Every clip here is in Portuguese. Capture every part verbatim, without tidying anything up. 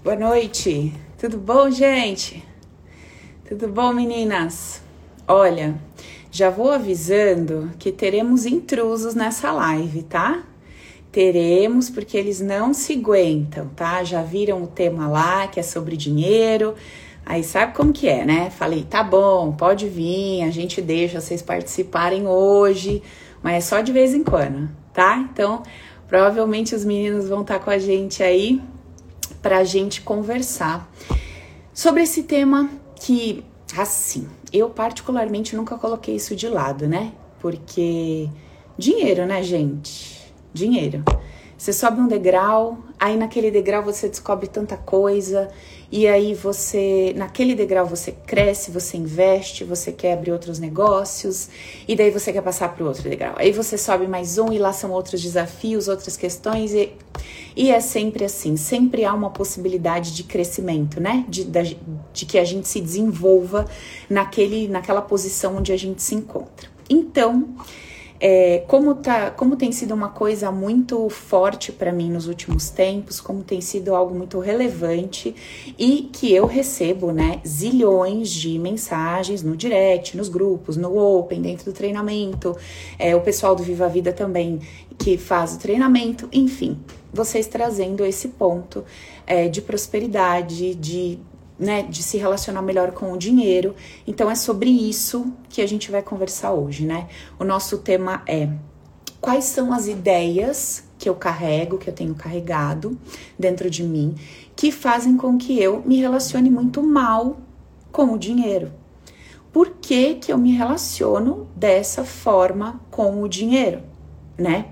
Boa noite, tudo bom, gente? Tudo bom, meninas? Olha, já vou avisando que teremos intrusos nessa live, tá? Teremos, porque eles não se aguentam, tá? Já viram o tema lá, que é sobre dinheiro. Aí sabe como que é, né? Falei, tá bom, pode vir, a gente deixa vocês participarem hoje, mas é só de vez em quando, tá? Então, provavelmente os meninos vão estar com a gente aí pra gente conversar sobre esse tema que, assim, eu particularmente nunca coloquei isso de lado, né? Porque dinheiro, né, gente? Dinheiro. Você sobe um degrau, aí naquele degrau você descobre tanta coisa, e aí você, naquele degrau você cresce, você investe, você quer abrir outros negócios, e daí você quer passar para o outro degrau. Aí você sobe mais um e lá são outros desafios, outras questões, e, e é sempre assim, sempre há uma possibilidade de crescimento, né? De, de, de que a gente se desenvolva naquele, naquela posição onde a gente se encontra. Então, É, como, tá, como tem sido uma coisa muito forte para mim nos últimos tempos, como tem sido algo muito relevante e que eu recebo, né, zilhões de mensagens no direct, nos grupos, no Open, dentro do treinamento, é, o pessoal do Viva a Vida também que faz o treinamento, enfim, vocês trazendo esse ponto é, de prosperidade, de Né, de se relacionar melhor com o dinheiro. Então é sobre isso que a gente vai conversar hoje, né? O nosso tema é quais são as ideias que eu carrego, que eu tenho carregado dentro de mim, que fazem com que eu me relacione muito mal com o dinheiro. Por que que eu me relaciono dessa forma com o dinheiro, né?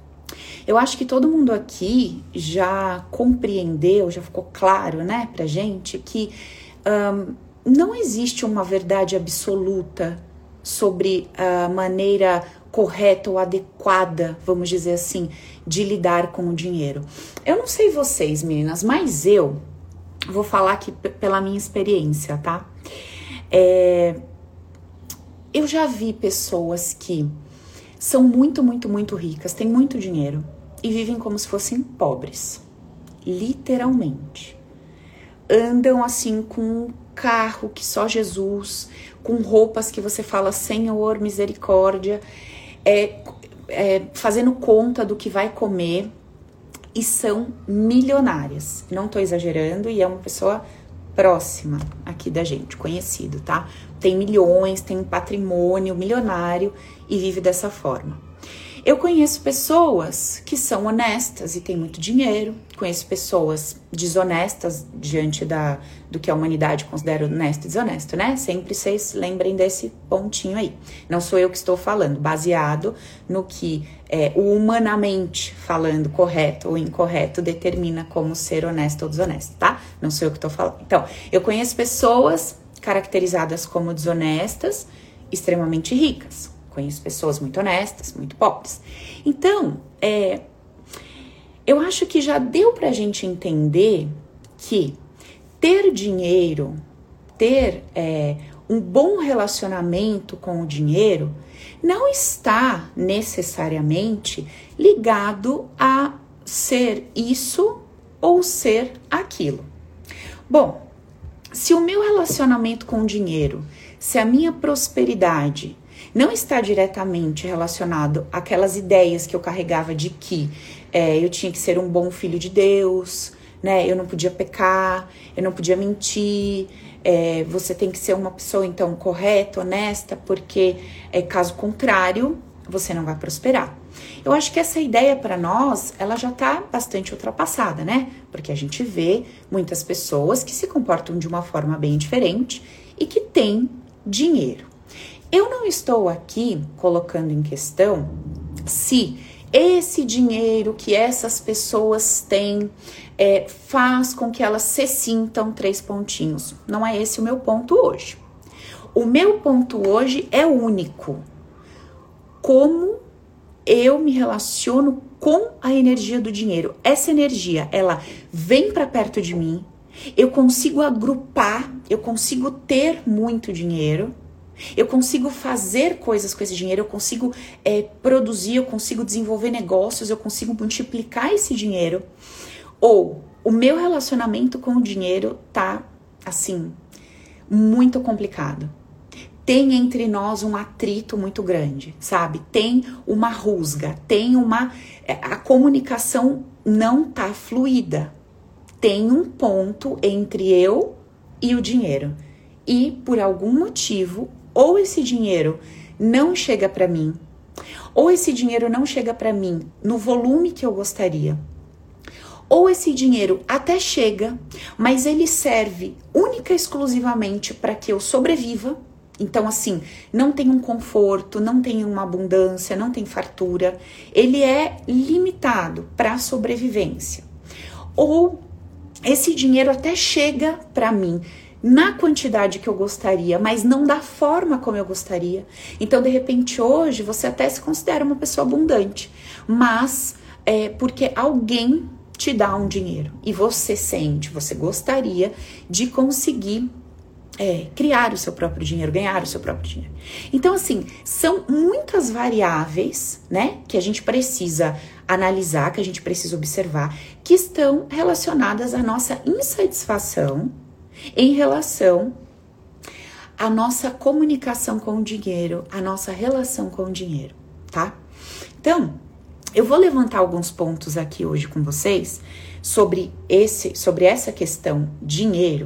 Eu acho que todo mundo aqui já compreendeu, já ficou claro, né, pra gente que um, não existe uma verdade absoluta sobre a maneira correta ou adequada, vamos dizer assim, de lidar com o dinheiro. Eu não sei vocês, meninas, mas eu vou falar aqui p- pela minha experiência, tá? É, eu já vi pessoas que são muito, muito, muito ricas, têm muito dinheiro e vivem como se fossem pobres, literalmente. Andam assim com um carro que só Jesus, com roupas que você fala Senhor, misericórdia, é, é, fazendo conta do que vai comer e são milionárias. Não tô exagerando e é uma pessoa próxima aqui da gente, conhecido, tá? Tem milhões, tem um patrimônio milionário e vive dessa forma. Eu conheço pessoas que são honestas e têm muito dinheiro, conheço pessoas desonestas diante da, do que a humanidade considera honesto e desonesto, né? Sempre vocês lembrem desse pontinho aí. Não sou eu que estou falando, baseado no que é, o humanamente falando correto ou incorreto determina como ser honesto ou desonesto, tá? Não sou eu que estou falando. Então, eu conheço pessoas caracterizadas como desonestas, extremamente ricas. Conheço pessoas muito honestas, muito pobres. Então, é, eu acho que já deu pra gente entender que ter dinheiro, ter é, um bom relacionamento com o dinheiro, não está necessariamente ligado a ser isso ou ser aquilo. Bom, se o meu relacionamento com o dinheiro, se a minha prosperidade não está diretamente relacionado àquelas ideias que eu carregava de que é, eu tinha que ser um bom filho de Deus, né? Eu não podia pecar, eu não podia mentir, é, você tem que ser uma pessoa, então, correta, honesta, porque, é, caso contrário, você não vai prosperar. Eu acho que essa ideia para nós, ela já está bastante ultrapassada, né? Porque a gente vê muitas pessoas que se comportam de uma forma bem diferente e que têm dinheiro. Eu não estou aqui colocando em questão se esse dinheiro que essas pessoas têm é, faz com que elas se sintam três pontinhos. Não é esse o meu ponto hoje. O meu ponto hoje é único. Como eu me relaciono com a energia do dinheiro. Essa energia, ela vem para perto de mim, eu consigo agrupar, eu consigo ter muito dinheiro, eu consigo fazer coisas com esse dinheiro, eu consigo é, produzir, eu consigo desenvolver negócios, eu consigo multiplicar esse dinheiro. Ou o meu relacionamento com o dinheiro tá, assim, muito complicado. Tem entre nós um atrito muito grande, sabe? Tem uma rusga, tem uma... A comunicação não tá fluida. Tem um ponto entre eu e o dinheiro. E, por algum motivo, ou esse dinheiro não chega para mim, ou esse dinheiro não chega para mim no volume que eu gostaria, ou esse dinheiro até chega, mas ele serve única e exclusivamente para que eu sobreviva. Então, assim, não tem um conforto, não tem uma abundância, não tem fartura. Ele é limitado para a sobrevivência. Ou esse dinheiro até chega para mim na quantidade que eu gostaria, mas não da forma como eu gostaria. Então, de repente, hoje, você até se considera uma pessoa abundante, mas é porque alguém te dá um dinheiro e você sente, você gostaria de conseguir é, criar o seu próprio dinheiro, ganhar o seu próprio dinheiro. Então, assim, são muitas variáveis, né, que a gente precisa analisar, que a gente precisa observar, que estão relacionadas à nossa insatisfação em relação à nossa comunicação com o dinheiro, à nossa relação com o dinheiro, tá? Então, eu vou levantar alguns pontos aqui hoje com vocês sobre, esse, sobre essa questão dinheiro.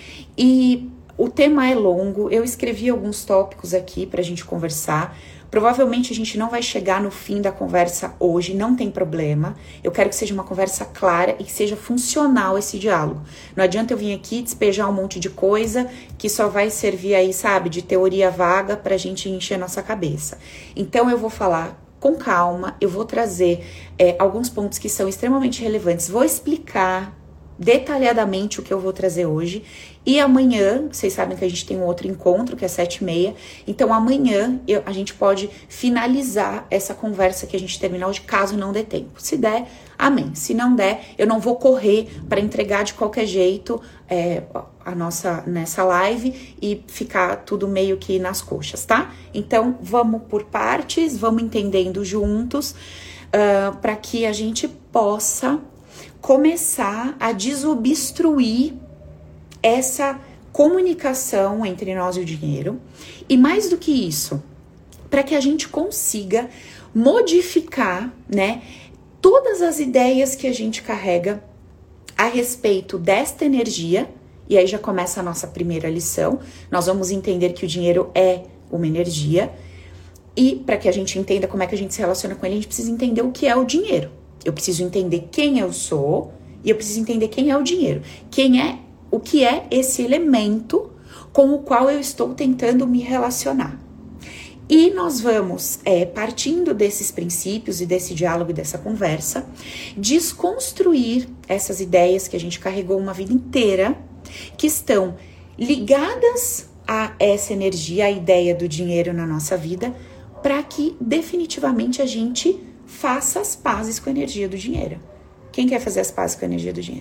E o tema é longo, eu escrevi alguns tópicos aqui pra gente conversar. Provavelmente a gente não vai chegar no fim da conversa hoje, não tem problema. Eu quero que seja uma conversa clara e que seja funcional esse diálogo. Não adianta eu vir aqui despejar um monte de coisa que só vai servir aí, sabe, de teoria vaga pra gente encher nossa cabeça. Então eu vou falar com calma, eu vou trazer é, alguns pontos que são extremamente relevantes, vou explicar detalhadamente o que eu vou trazer hoje, e amanhã, vocês sabem que a gente tem um outro encontro, que é sete e meia, então amanhã eu, a gente pode finalizar essa conversa que a gente terminou hoje, caso não dê tempo. Se der, amém. Se não der, eu não vou correr para entregar de qualquer jeito é, a nossa nessa live e ficar tudo meio que nas coxas, tá? Então, vamos por partes, vamos entendendo juntos, uh, para que a gente possa começar a desobstruir essa comunicação entre nós e o dinheiro. E mais do que isso, para que a gente consiga modificar, né, todas as ideias que a gente carrega a respeito desta energia. E aí já começa a nossa primeira lição. Nós vamos entender que o dinheiro é uma energia. E para que a gente entenda como é que a gente se relaciona com ele, a gente precisa entender o que é o dinheiro. Eu preciso entender quem eu sou e eu preciso entender quem é o dinheiro. Quem é, o que é esse elemento com o qual eu estou tentando me relacionar. E nós vamos, é, partindo desses princípios e desse diálogo e dessa conversa, desconstruir essas ideias que a gente carregou uma vida inteira, que estão ligadas a essa energia, a ideia do dinheiro na nossa vida, para que definitivamente a gente faça as pazes com a energia do dinheiro. Quem quer fazer as pazes com a energia do dinheiro?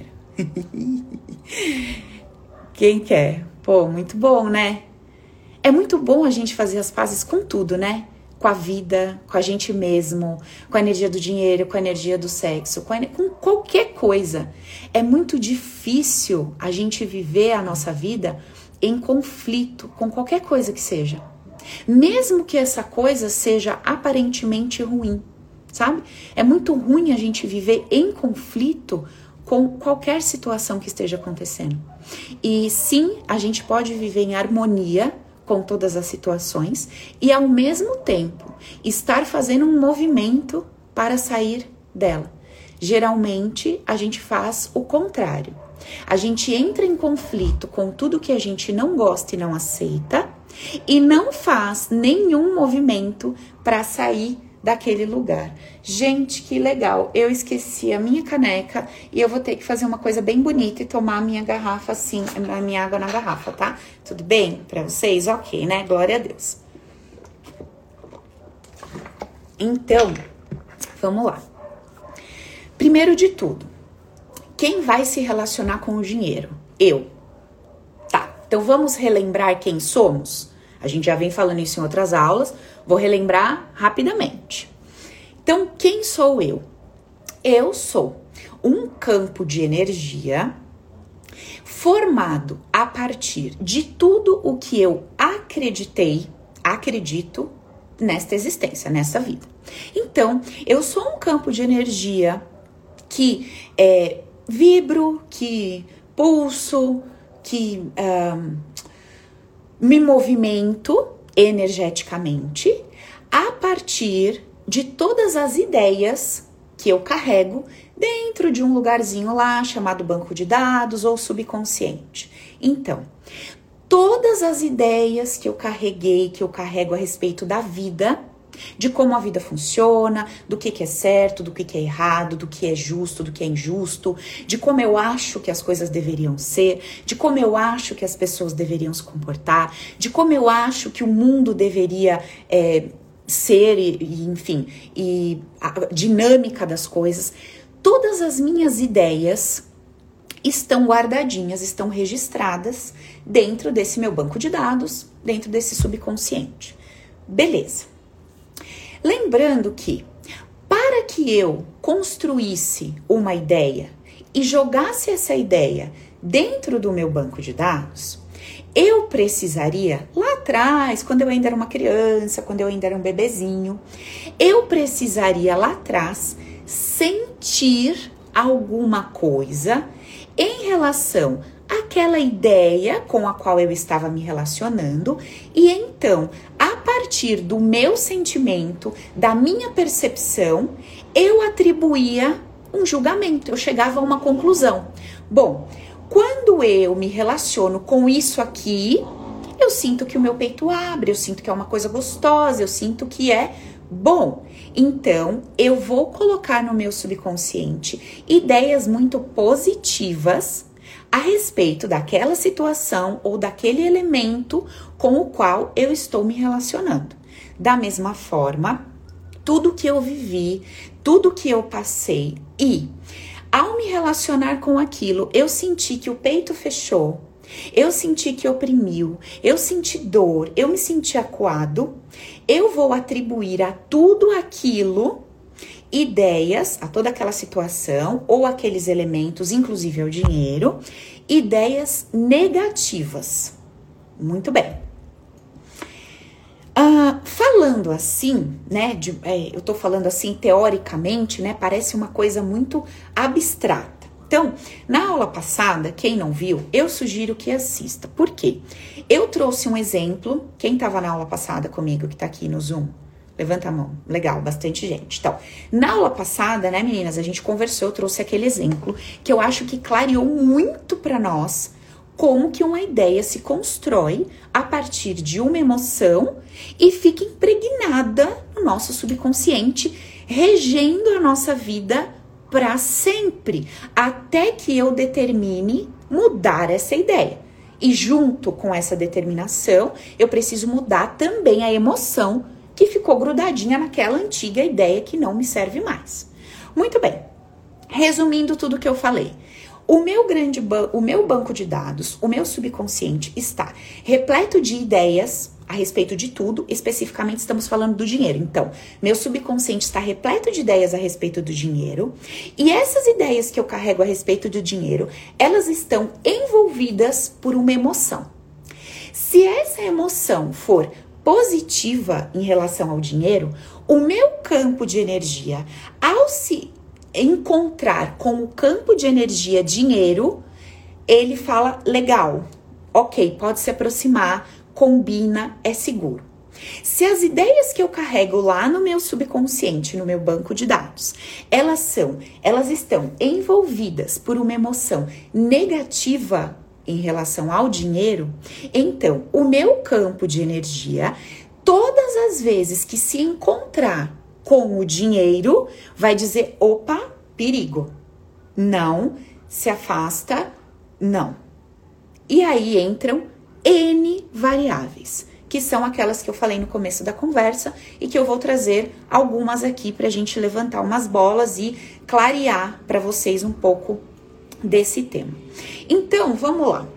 Quem quer? Pô, muito bom, né? É muito bom a gente fazer as pazes com tudo, né? Com a vida, com a gente mesmo, com a energia do dinheiro, com a energia do sexo, com, a, com qualquer coisa. É muito difícil a gente viver a nossa vida em conflito com qualquer coisa que seja. Mesmo que essa coisa seja aparentemente ruim. Sabe? É muito ruim a gente viver em conflito com qualquer situação que esteja acontecendo. E sim, a gente pode viver em harmonia com todas as situações e ao mesmo tempo estar fazendo um movimento para sair dela. Geralmente a gente faz o contrário. A gente entra em conflito com tudo que a gente não gosta e não aceita e não faz nenhum movimento para sair daquele lugar. Gente, que legal, eu esqueci a minha caneca e eu vou ter que fazer uma coisa bem bonita e tomar a minha garrafa assim, a minha água na garrafa, tá? Tudo bem pra vocês? Ok, né? Glória a Deus. Então, vamos lá. Primeiro de tudo, quem vai se relacionar com o dinheiro? Eu. Tá, então vamos relembrar quem somos? A gente já vem falando isso em outras aulas, vou relembrar rapidamente. Então, quem sou eu? Eu sou um campo de energia formado a partir de tudo o que eu acreditei, acredito nesta existência, nessa vida. Então, eu sou um campo de energia que é, vibro, que pulso, que um, me movimento energeticamente a partir de todas as ideias que eu carrego dentro de um lugarzinho lá chamado banco de dados ou subconsciente. Então, todas as ideias que eu carreguei, que eu carrego a respeito da vida, de como a vida funciona, do que, que é certo, do que, que é errado, do que é justo, do que é injusto, de como eu acho que as coisas deveriam ser, de como eu acho que as pessoas deveriam se comportar, de como eu acho que o mundo deveria é, ser, e, enfim, e a dinâmica das coisas. Todas as minhas ideias estão guardadinhas, estão registradas dentro desse meu banco de dados, dentro desse subconsciente. Beleza. Lembrando que, para que eu construísse uma ideia e jogasse essa ideia dentro do meu banco de dados, eu precisaria, lá atrás, quando eu ainda era uma criança, quando eu ainda era um bebezinho, eu precisaria lá atrás sentir alguma coisa em relação àquela ideia com a qual eu estava me relacionando, e então, a partir do meu sentimento, da minha percepção, eu atribuía um julgamento, eu chegava a uma conclusão. Bom, quando eu me relaciono com isso aqui, eu sinto que o meu peito abre, eu sinto que é uma coisa gostosa, eu sinto que é bom. Então, eu vou colocar no meu subconsciente ideias muito positivas a respeito daquela situação ou daquele elemento com o qual eu estou me relacionando. Da mesma forma, tudo que eu vivi, tudo que eu passei e, ao me relacionar com aquilo, eu senti que o peito fechou, eu senti que oprimiu, eu senti dor, eu me senti acuado, eu vou atribuir a tudo aquilo ideias, a toda aquela situação ou aqueles elementos, inclusive ao dinheiro, ideias negativas. Muito bem. Uh, falando assim, né, de, é, eu tô falando assim teoricamente, né, parece uma coisa muito abstrata. Então, na aula passada, quem não viu, eu sugiro que assista. Por quê? Eu trouxe um exemplo, quem estava na aula passada comigo, que tá aqui no Zoom? Levanta a mão. Legal, bastante gente. Então, na aula passada, né, meninas, a gente conversou, eu trouxe aquele exemplo que eu acho que clareou muito para nós como que uma ideia se constrói a partir de uma emoção e fica impregnada no nosso subconsciente, regendo a nossa vida para sempre, até que eu determine mudar essa ideia. E junto com essa determinação, eu preciso mudar também a emoção que ficou grudadinha naquela antiga ideia que não me serve mais. Muito bem, resumindo tudo que eu falei, o meu grande ban- o meu banco de dados, o meu subconsciente está repleto de ideias a respeito de tudo, especificamente estamos falando do dinheiro. Então, meu subconsciente está repleto de ideias a respeito do dinheiro, e essas ideias que eu carrego a respeito do dinheiro, elas estão envolvidas por uma emoção. Se essa emoção for positiva em relação ao dinheiro, o meu campo de energia, ao se encontrar com o campo de energia dinheiro, ele fala legal, ok, pode se aproximar, combina, é seguro. Se as ideias que eu carrego lá no meu subconsciente, no meu banco de dados, elas são, elas estão envolvidas por uma emoção negativa em relação ao dinheiro, então o meu campo de energia, todas as vezes que se encontrar com o dinheiro, vai dizer, opa, perigo, não, se afasta, não. E aí entram N variáveis, que são aquelas que eu falei no começo da conversa e que eu vou trazer algumas aqui pra gente levantar umas bolas e clarear para vocês um pouco desse tema. Então, vamos lá.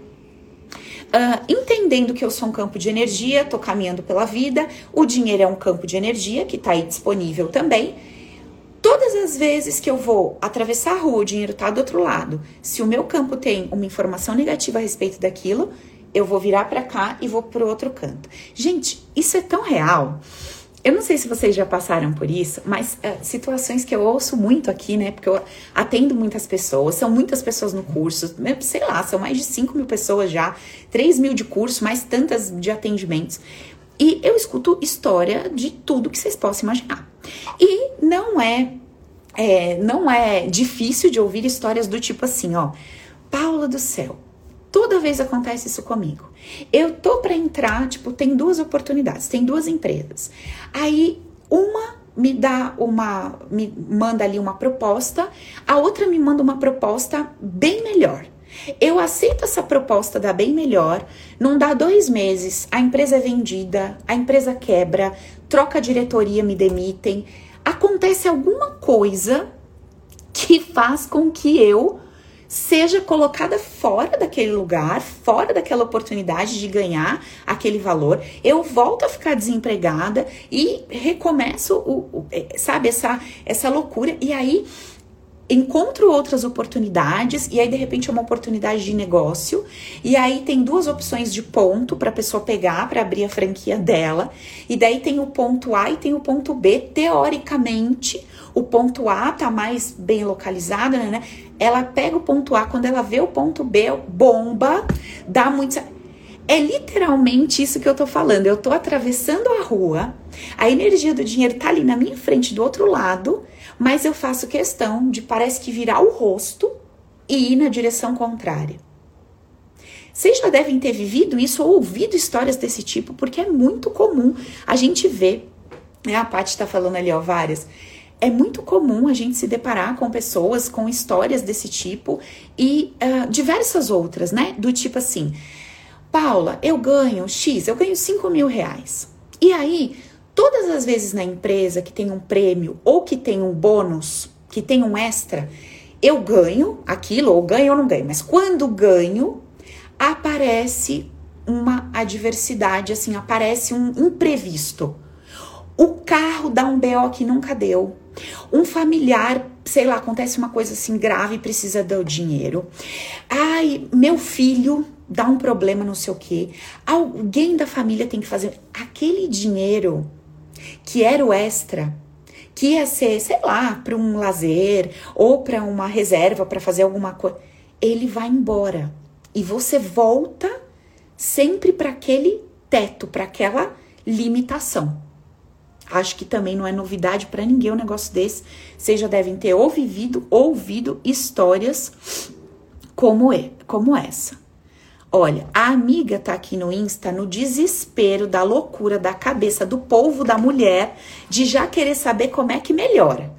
Uh, entendendo que eu sou um campo de energia, tô caminhando pela vida, o dinheiro é um campo de energia que tá aí disponível também. Tô Todas as vezes que eu vou atravessar a rua, o dinheiro tá do outro lado. Se o meu campo tem uma informação negativa a respeito daquilo, eu vou virar para cá e vou pro outro canto. Gente, isso é tão real. Eu não sei se vocês já passaram por isso, mas uh, situações que eu ouço muito aqui, né? Porque eu atendo muitas pessoas, são muitas pessoas no curso, sei lá, são mais de cinco mil pessoas já, três mil de curso, mais tantas de atendimentos. E eu escuto história de tudo que vocês possam imaginar. E não é, é, não é difícil de ouvir histórias do tipo assim, ó. Paula do céu, toda vez acontece isso comigo. Eu tô pra entrar, tipo, tem duas oportunidades, tem duas empresas. Aí, uma me dá uma, me manda ali uma proposta, a outra me manda uma proposta bem melhor. Eu aceito essa proposta da bem melhor, não dá dois meses, a empresa é vendida, a empresa quebra, troca a diretoria, me demitem. Acontece alguma coisa que faz com que eu seja colocada fora daquele lugar, fora daquela oportunidade de ganhar aquele valor, eu volto a ficar desempregada e recomeço, o, o, sabe, essa, essa loucura. E aí encontro outras oportunidades, e aí de repente é uma oportunidade de negócio, e aí tem duas opções de ponto para a pessoa pegar, para abrir a franquia dela, e daí tem o ponto A e tem o ponto B. Teoricamente, o ponto A tá mais bem localizado, né? Ela pega o ponto A, quando ela vê o ponto B, bomba, dá muito... É literalmente isso que eu tô falando. Eu tô atravessando a rua, a energia do dinheiro tá ali na minha frente, do outro lado, mas eu faço questão de, parece que virar o rosto e ir na direção contrária. Vocês já devem ter vivido isso ou ouvido histórias desse tipo, porque é muito comum a gente ver, né? A Paty tá falando ali, ó, várias. É muito comum a gente se deparar com pessoas com histórias desse tipo e uh, diversas outras, né? Do tipo assim, Paula, eu ganho X, eu ganho cinco mil reais. E aí, todas as vezes na empresa que tem um prêmio ou que tem um bônus, que tem um extra, eu ganho aquilo, ou ganho ou não ganho. Mas quando ganho, aparece uma adversidade, assim, aparece um imprevisto. O carro dá um B O que nunca deu. Um familiar, sei lá, acontece uma coisa assim grave e precisa do dinheiro. Ai, meu filho dá um problema, não sei o quê. Alguém da família tem que fazer aquele dinheiro que era o extra, que ia ser, sei lá, para um lazer ou para uma reserva para fazer alguma coisa. Ele vai embora e você volta sempre para aquele teto, para aquela limitação. Acho que também não é novidade para ninguém um negócio desse. Vocês já devem ter ou vivido, ouvido histórias como, é, como essa. Olha, a amiga tá aqui no Insta no desespero da loucura da cabeça do polvo da mulher de já querer saber como é que melhora.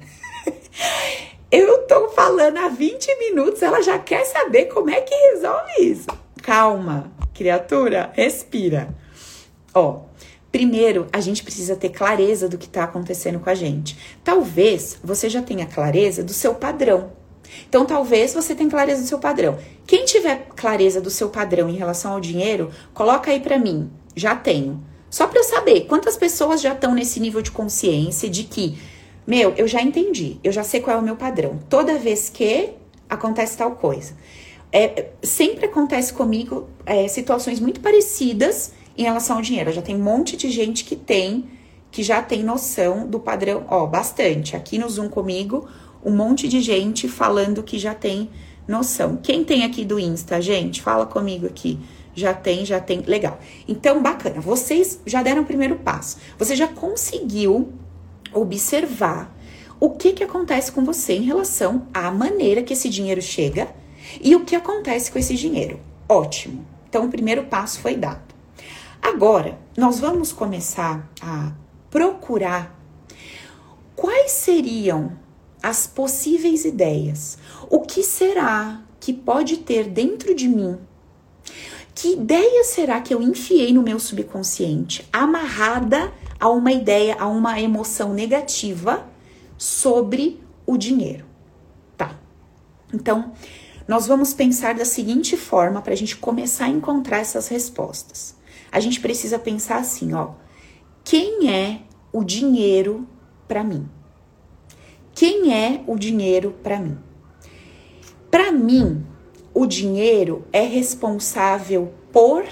Eu tô falando há vinte minutos, ela já quer saber como é que resolve isso. Calma, criatura, respira. Ó, primeiro, a gente precisa ter clareza do que está acontecendo com a gente. Talvez você já tenha clareza do seu padrão. Então, talvez você tenha clareza do seu padrão. Quem tiver clareza do seu padrão em relação ao dinheiro, coloca aí para mim. Já tenho. Só para eu saber quantas pessoas já estão nesse nível de consciência de que, meu, eu já entendi, eu já sei qual é o meu padrão. Toda vez que acontece tal coisa. É, sempre acontece comigo é, situações muito parecidas em relação ao dinheiro. Já tem um monte de gente que tem, que já tem noção do padrão, ó, bastante. Aqui no Zoom comigo, um monte de gente falando que já tem noção. Quem tem aqui do Insta, gente? Fala comigo aqui. Já tem, já tem. Legal. Então, bacana. Vocês já deram o primeiro passo. Você já conseguiu observar o que que acontece com você em relação à maneira que esse dinheiro chega e o que acontece com esse dinheiro. Ótimo. Então, o primeiro passo foi dado. Agora, nós vamos começar a procurar quais seriam as possíveis ideias. O que será que pode ter dentro de mim? Que ideia será que eu enfiei no meu subconsciente, amarrada a uma ideia, a uma emoção negativa sobre o dinheiro? Tá. Então, nós vamos pensar da seguinte forma para a gente começar a encontrar essas respostas. A gente precisa pensar assim, ó. Quem é o dinheiro para mim? quem é o dinheiro para mim? Para mim, o dinheiro é responsável por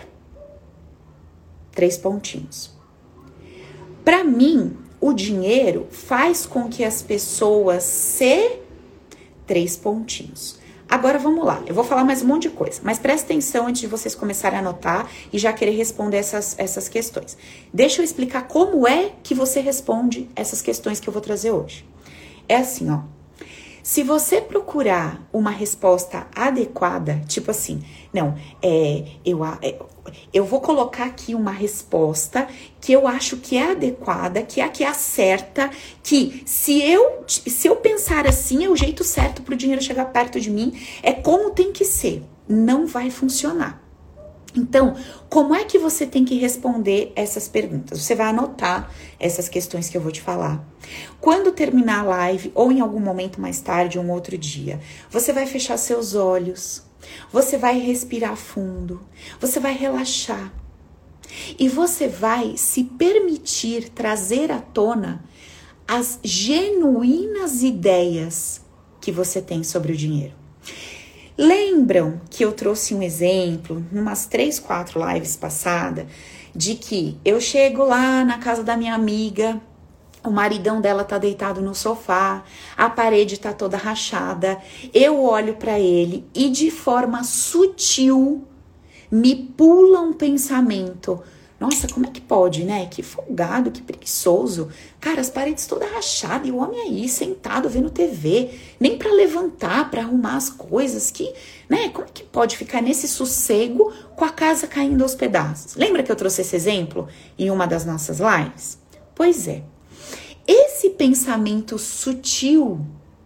três pontinhos. Para mim, o dinheiro faz com que as pessoas se três pontinhos. Agora vamos lá, eu vou falar mais um monte de coisa, mas presta atenção antes de vocês começarem a anotar e já querer responder essas, essas questões. Deixa eu explicar como é que você responde essas questões que eu vou trazer hoje. É assim, ó. Se você procurar uma resposta adequada, tipo assim, não, é, eu, é, eu vou colocar aqui uma resposta que eu acho que é adequada, que é a que acerta, que se eu, se eu pensar assim, é o jeito certo para o dinheiro chegar perto de mim, é como tem que ser. Não vai funcionar. Então, como é que você tem que responder essas perguntas? Você vai anotar essas questões que eu vou te falar. Quando terminar a live, ou em algum momento mais tarde, um outro dia, você vai fechar seus olhos, você vai respirar fundo, você vai relaxar. E você vai se permitir trazer à tona as genuínas ideias que você tem sobre o dinheiro. Lembram que eu trouxe um exemplo, umas três, quatro lives passadas, de que eu chego lá na casa da minha amiga, o maridão dela tá deitado no sofá, a parede tá toda rachada, eu olho para ele e de forma sutil me pula um pensamento. Nossa, como é que pode, né? Que folgado, que preguiçoso. Cara, as paredes todas rachadas e o homem aí sentado vendo T V. Nem pra levantar, pra arrumar as coisas. Que, né? Como é que pode ficar nesse sossego com a casa caindo aos pedaços? Lembra que eu trouxe esse exemplo em uma das nossas lives? Pois é. Esse pensamento sutil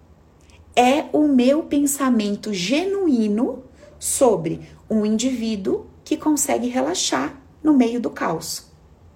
é o meu pensamento genuíno sobre um indivíduo que consegue relaxar no meio do caos.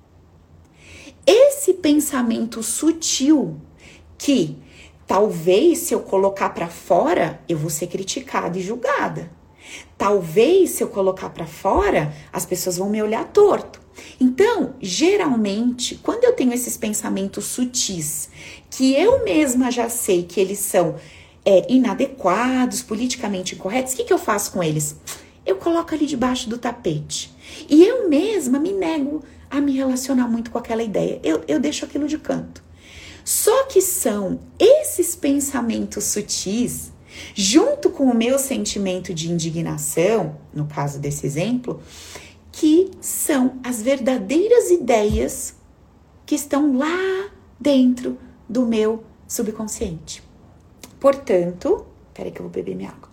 Esse pensamento sutil que talvez se eu colocar para fora, eu vou ser criticada e julgada. Talvez se eu colocar para fora, as pessoas vão me olhar torto. Então, geralmente, quando eu tenho esses pensamentos sutis, que eu mesma já sei que eles são é, inadequados, politicamente incorretos, o que, que eu faço com eles? Eu coloco ali debaixo do tapete. E eu mesma me nego a me relacionar muito com aquela ideia. Eu, eu deixo aquilo de canto. Só que são esses pensamentos sutis, junto com o meu sentimento de indignação, no caso desse exemplo, que são as verdadeiras ideias que estão lá dentro do meu subconsciente. Portanto, peraí que eu vou beber minha água.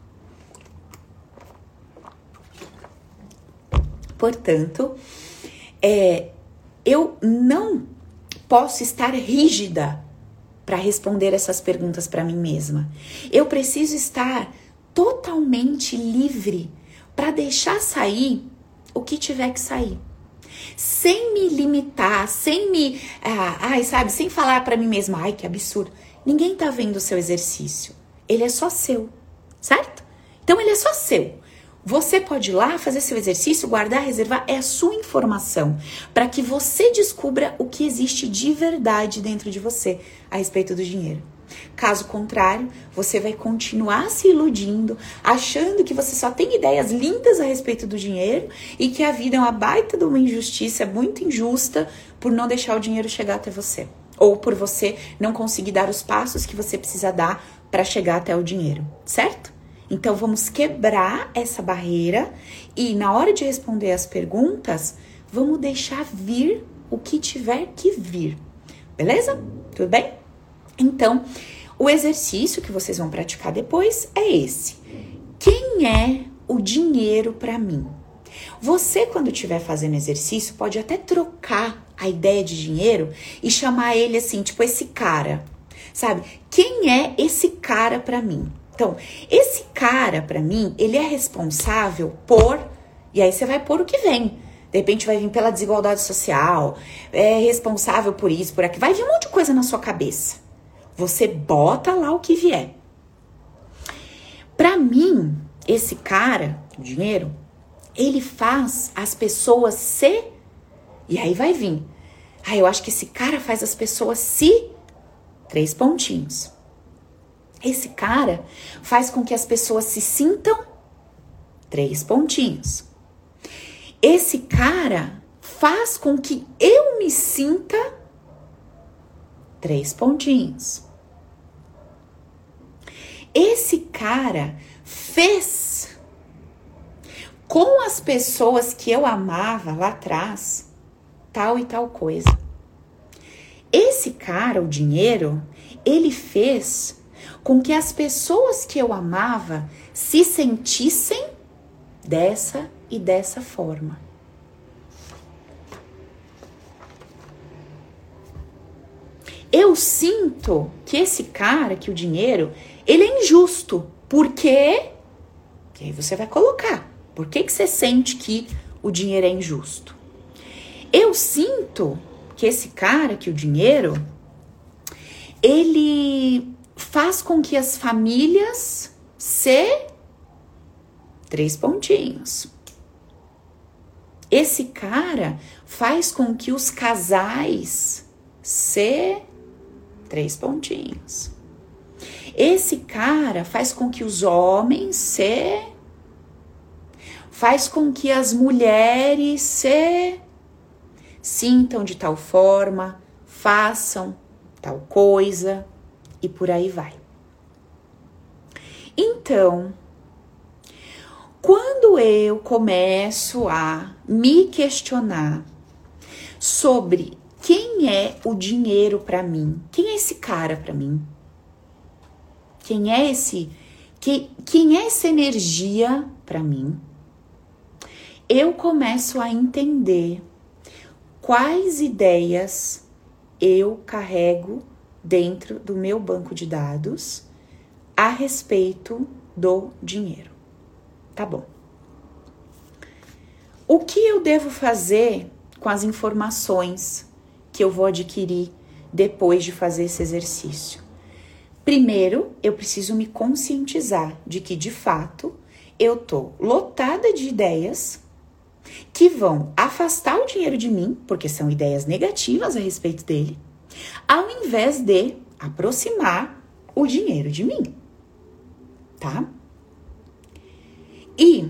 Portanto, é, eu não posso estar rígida para responder essas perguntas para mim mesma. Eu preciso estar totalmente livre para deixar sair o que tiver que sair. Sem me limitar, sem me... Ah, ai, sabe, sem falar para mim mesma, ai, que absurdo. Ninguém tá vendo o seu exercício. Ele é só seu, certo? Então, ele é só seu. Você pode ir lá fazer seu exercício, guardar, reservar, é a sua informação, para que você descubra o que existe de verdade dentro de você a respeito do dinheiro. Caso contrário, você vai continuar se iludindo, achando que você só tem ideias lindas a respeito do dinheiro e que a vida é uma baita de uma injustiça, muito injusta, por não deixar o dinheiro chegar até você. Ou por você não conseguir dar os passos que você precisa dar para chegar até o dinheiro, certo? Então, vamos quebrar essa barreira e, na hora de responder as perguntas, vamos deixar vir o que tiver que vir. Beleza? Tudo bem? Então, o exercício que vocês vão praticar depois é esse. Quem é o dinheiro para mim? Você, quando estiver fazendo exercício, pode até trocar a ideia de dinheiro e chamar ele assim, tipo esse cara, sabe? Quem é esse cara para mim? Então, esse cara, pra mim, ele é responsável por... E aí você vai pôr o que vem. De repente vai vir pela desigualdade social, é responsável por isso, por aquilo. Vai vir um monte de coisa na sua cabeça. Você bota lá o que vier. Pra mim, esse cara, o dinheiro, ele faz as pessoas se... E aí vai vir. Ah, eu acho que esse cara faz as pessoas se... Três pontinhos. Esse cara faz com que as pessoas se sintam três pontinhos. Esse cara faz com que eu me sinta três pontinhos. Esse cara fez com as pessoas que eu amava lá atrás tal e tal coisa. Esse cara, o dinheiro, ele fez com que as pessoas que eu amava se sentissem dessa e dessa forma. Eu sinto que esse cara, que o dinheiro, ele é injusto. Por quê? Que aí você vai colocar. Por que que você sente que o dinheiro é injusto? Eu sinto que esse cara, que o dinheiro, ele faz com que as famílias se... Três pontinhos. Esse cara faz com que os casais se... Três pontinhos. Esse cara faz com que os homens se... Faz com que as mulheres se... Sintam de tal forma, façam tal coisa e por aí vai. Então, quando eu começo a me questionar sobre quem é o dinheiro para mim, quem é esse cara para mim, quem é esse, que, quem é essa energia para mim, eu começo a entender quais ideias eu carrego dentro do meu banco de dados a respeito do dinheiro. Tá bom. O que eu devo fazer com as informações que eu vou adquirir depois de fazer esse exercício? Primeiro, eu preciso me conscientizar de que, de fato, eu tô lotada de ideias que vão afastar o dinheiro de mim, porque são ideias negativas a respeito dele, ao invés de aproximar o dinheiro de mim, tá? E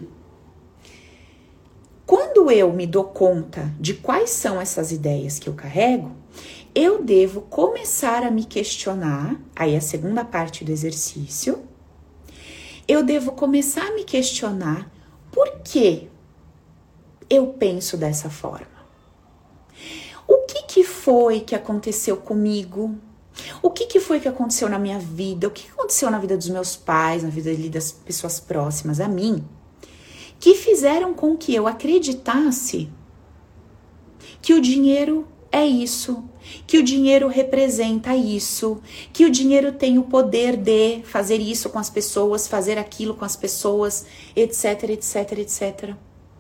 quando eu me dou conta de quais são essas ideias que eu carrego, eu devo começar a me questionar, aí a segunda parte do exercício, eu devo começar a me questionar por que eu penso dessa forma. O que que foi que aconteceu comigo? O que que foi que aconteceu na minha vida? O que que aconteceu na vida dos meus pais, na vida das pessoas próximas a mim, que fizeram com que eu acreditasse que o dinheiro é isso, que o dinheiro representa isso, que o dinheiro tem o poder de fazer isso com as pessoas, fazer aquilo com as pessoas, etc, etc, etcétera.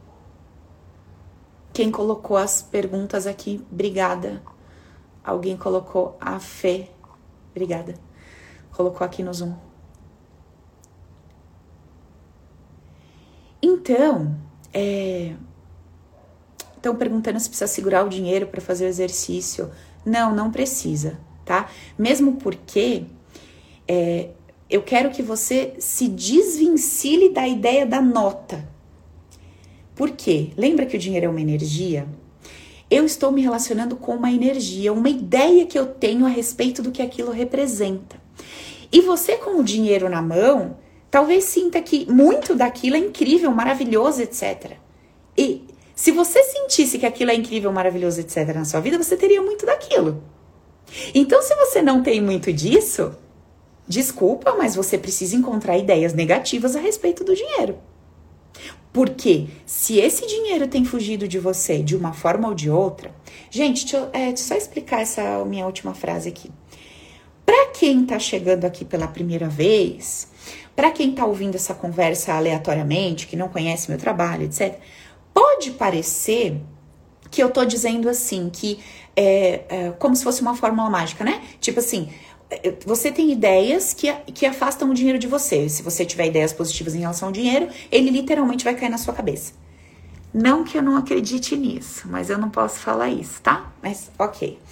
Quem colocou as perguntas aqui? Obrigada. Alguém colocou a Fê. Obrigada. Colocou aqui no Zoom. Então, é... estão perguntando se precisa segurar o dinheiro para fazer o exercício. Não, não precisa, tá? Mesmo porque é, eu quero que você se desvencilhe da ideia da nota. Por quê? Lembra que o dinheiro é uma energia? Eu estou me relacionando com uma energia, uma ideia que eu tenho a respeito do que aquilo representa. E você, com o dinheiro na mão, talvez sinta que muito daquilo é incrível, maravilhoso, etcétera. E se você sentisse que aquilo é incrível, maravilhoso, etcétera na sua vida, você teria muito daquilo. Então, se você não tem muito disso, desculpa, mas você precisa encontrar ideias negativas a respeito do dinheiro. Porque se esse dinheiro tem fugido de você de uma forma ou de outra... Gente, deixa eu, é, deixa eu só explicar essa minha última frase aqui. Para quem tá chegando aqui pela primeira vez, para quem tá ouvindo essa conversa aleatoriamente, que não conhece meu trabalho, etcétera, pode parecer que eu tô dizendo assim, que é, é como se fosse uma fórmula mágica, né? Tipo assim... Você tem ideias que, que afastam o dinheiro de você. Se você tiver ideias positivas em relação ao dinheiro, ele literalmente vai cair na sua cabeça. Não que eu não acredite nisso, mas eu não posso falar isso, tá? Mas, ok.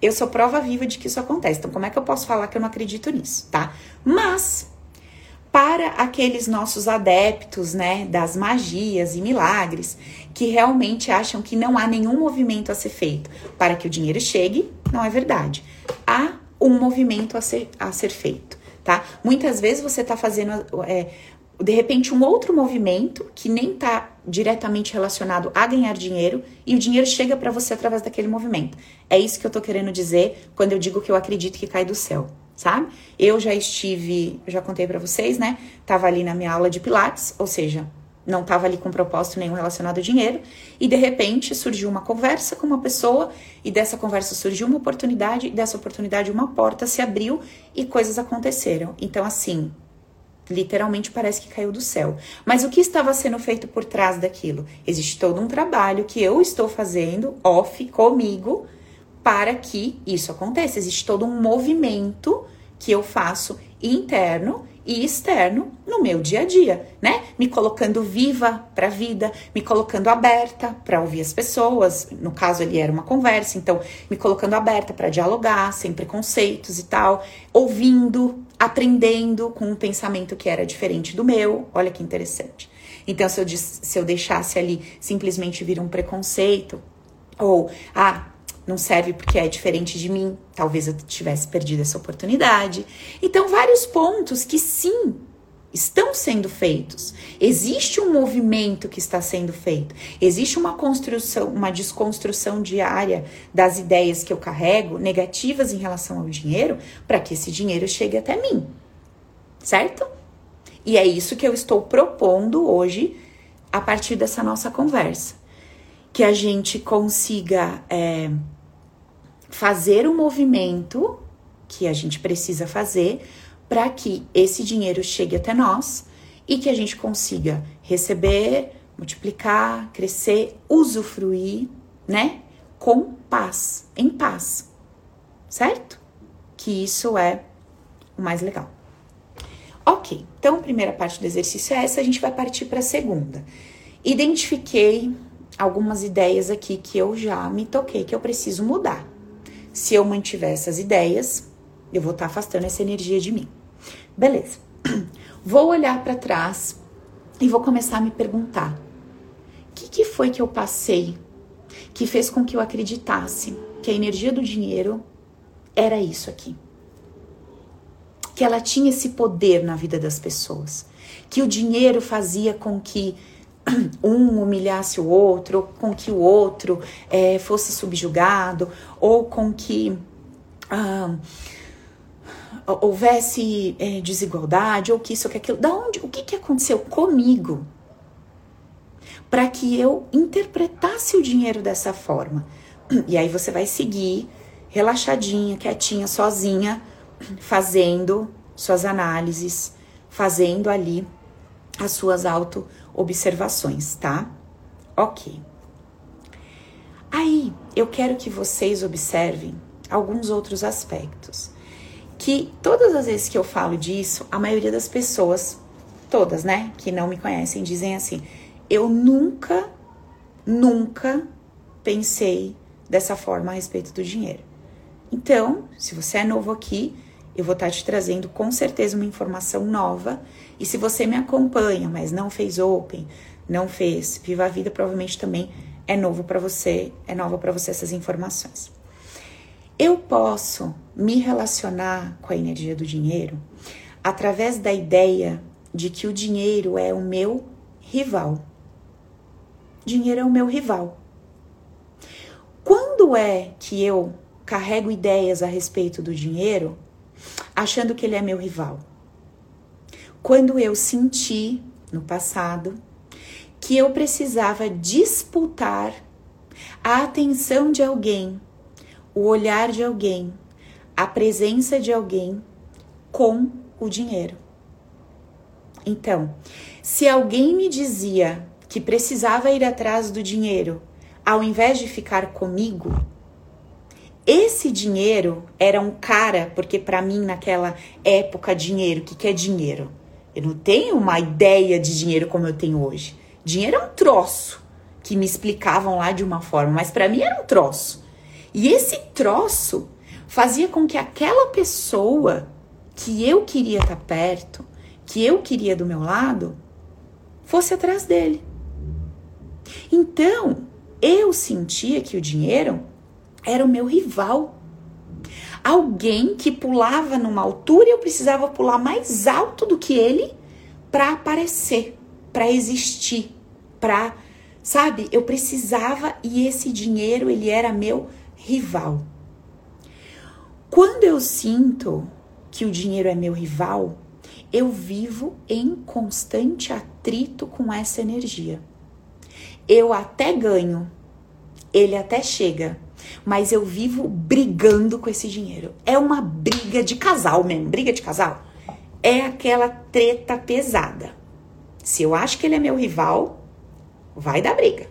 eu sou prova viva de que isso acontece. Então, como é que eu posso falar que eu não acredito nisso, tá? Mas, para aqueles nossos adeptos, né, das magias e milagres, que realmente acham que não há nenhum movimento a ser feito para que o dinheiro chegue, não é verdade. Há um movimento a ser, a ser feito, tá? Muitas vezes você tá fazendo, é, de repente, um outro movimento que nem tá diretamente relacionado a ganhar dinheiro e o dinheiro chega para você através daquele movimento. É isso que eu tô querendo dizer quando eu digo que eu acredito que cai do céu, sabe? Eu já estive, já contei para vocês, né? Tava ali na minha aula de Pilates, ou seja, não tava ali com propósito nenhum relacionado ao dinheiro, e de repente surgiu uma conversa com uma pessoa, e dessa conversa surgiu uma oportunidade, e dessa oportunidade uma porta se abriu e coisas aconteceram. Então, assim, literalmente parece que caiu do céu. Mas o que estava sendo feito por trás daquilo? Existe todo um trabalho que eu estou fazendo, off, comigo, para que isso aconteça. Existe todo um movimento que eu faço interno e externo no meu dia a dia, né? Me colocando viva para a vida, me colocando aberta para ouvir as pessoas. No caso, ali era uma conversa, então me colocando aberta para dialogar, sem preconceitos e tal, ouvindo, aprendendo com um pensamento que era diferente do meu. Olha que interessante. Então, se eu, se eu deixasse ali simplesmente vir um preconceito, ou, ah, não serve porque é diferente de mim, talvez eu tivesse perdido essa oportunidade. Então, vários pontos que sim, estão sendo feitos. Existe um movimento que está sendo feito. Existe uma construção, uma desconstrução diária das ideias que eu carrego, negativas em relação ao dinheiro, para que esse dinheiro chegue até mim. Certo? E é isso que eu estou propondo hoje, a partir dessa nossa conversa. Que a gente consiga é, fazer o movimento que a gente precisa fazer para que esse dinheiro chegue até nós e que a gente consiga receber, multiplicar, crescer, usufruir, né? Com paz, em paz, certo? Que isso é o mais legal. Ok, então a primeira parte do exercício é essa, a gente vai partir para a segunda. Identifiquei algumas ideias aqui que eu já me toquei, que eu preciso mudar. Se eu mantiver essas ideias, eu vou estar afastando essa energia de mim. Beleza. Vou olhar para trás e vou começar a me perguntar: o que, que foi que eu passei que fez com que eu acreditasse que a energia do dinheiro era isso aqui? Que ela tinha esse poder na vida das pessoas. Que o dinheiro fazia com que um humilhasse o outro, com que o outro é, fosse subjugado, ou com que ah, houvesse é, desigualdade, ou que isso, ou que aquilo. Da onde, o que, que aconteceu comigo para que eu interpretasse o dinheiro dessa forma? E aí você vai seguir relaxadinha, quietinha, sozinha, fazendo suas análises, fazendo ali as suas auto-observações, tá? Ok. Aí, eu quero que vocês observem alguns outros aspectos. Que todas as vezes que eu falo disso, a maioria das pessoas, todas, né, que não me conhecem, dizem assim: eu nunca, nunca pensei dessa forma a respeito do dinheiro. Então, se você é novo aqui, eu vou estar te trazendo com certeza uma informação nova. E se você me acompanha, mas não fez Open, não fez Viva a Vida, provavelmente também é novo para você, é nova para você essas informações. Eu posso me relacionar com a energia do dinheiro através da ideia de que o dinheiro é o meu rival. Dinheiro é o meu rival. Quando é que eu carrego ideias a respeito do dinheiro achando que ele é meu rival? Quando eu senti, no passado, que eu precisava disputar a atenção de alguém, o olhar de alguém, a presença de alguém com o dinheiro. Então, se alguém me dizia que precisava ir atrás do dinheiro ao invés de ficar comigo, esse dinheiro era um cara, porque para mim naquela época dinheiro, o que, que é dinheiro? Eu não tenho uma ideia de dinheiro como eu tenho hoje. Dinheiro é um troço, que me explicavam lá de uma forma, mas para mim era um troço. E esse troço fazia com que aquela pessoa que eu queria estar perto, que eu queria do meu lado, fosse atrás dele. Então, eu sentia que o dinheiro era o meu rival. Alguém que pulava numa altura e eu precisava pular mais alto do que ele para aparecer, para existir, para, sabe, eu precisava, e esse dinheiro, ele era meu rival. Quando eu sinto que o dinheiro é meu rival, eu vivo em constante atrito com essa energia. Eu até ganho, ele até chega, mas eu vivo brigando com esse dinheiro. É uma briga de casal mesmo, briga de casal. É aquela treta pesada. Se eu acho que ele é meu rival, vai dar briga.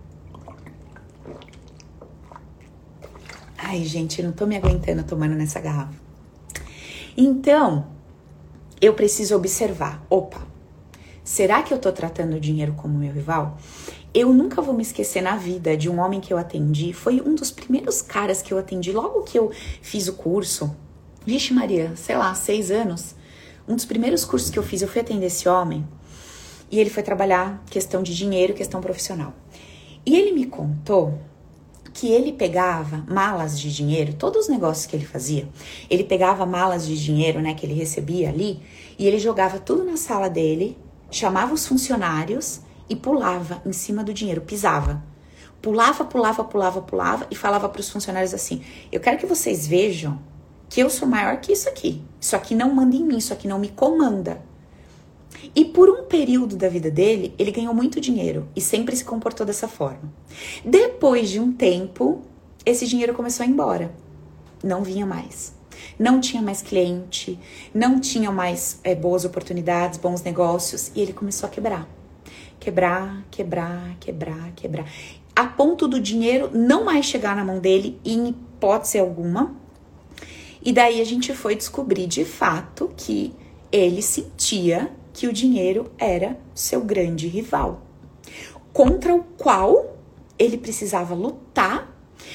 Ai, gente, eu não tô me aguentando tomando nessa garrafa. Então, eu preciso observar. Opa, será que eu tô tratando o dinheiro como meu rival? Eu nunca vou me esquecer na vida de um homem que eu atendi. Foi um dos primeiros caras que eu atendi logo que eu fiz o curso. Vixe Maria, sei lá, seis anos. Um dos primeiros cursos que eu fiz, eu fui atender esse homem. E ele foi trabalhar questão de dinheiro, questão profissional. E ele me contou que ele pegava malas de dinheiro, todos os negócios que ele fazia, ele pegava malas de dinheiro, né, que ele recebia ali, e ele jogava tudo na sala dele, chamava os funcionários e pulava em cima do dinheiro, pisava. Pulava, pulava, pulava, pulava e falava para os funcionários assim: eu quero que vocês vejam que eu sou maior que isso aqui. Isso aqui não manda em mim, isso aqui não me comanda. E por um período da vida dele, ele ganhou muito dinheiro e sempre se comportou dessa forma. Depois de um tempo, esse dinheiro começou a ir embora. Não vinha mais. Não tinha mais cliente, não tinha mais é, boas oportunidades, bons negócios, e ele começou a quebrar. Quebrar, quebrar, quebrar, quebrar. A ponto do dinheiro não mais chegar na mão dele, em hipótese alguma. E daí a gente foi descobrir de fato que ele sentia que o dinheiro era seu grande rival, contra o qual ele precisava lutar,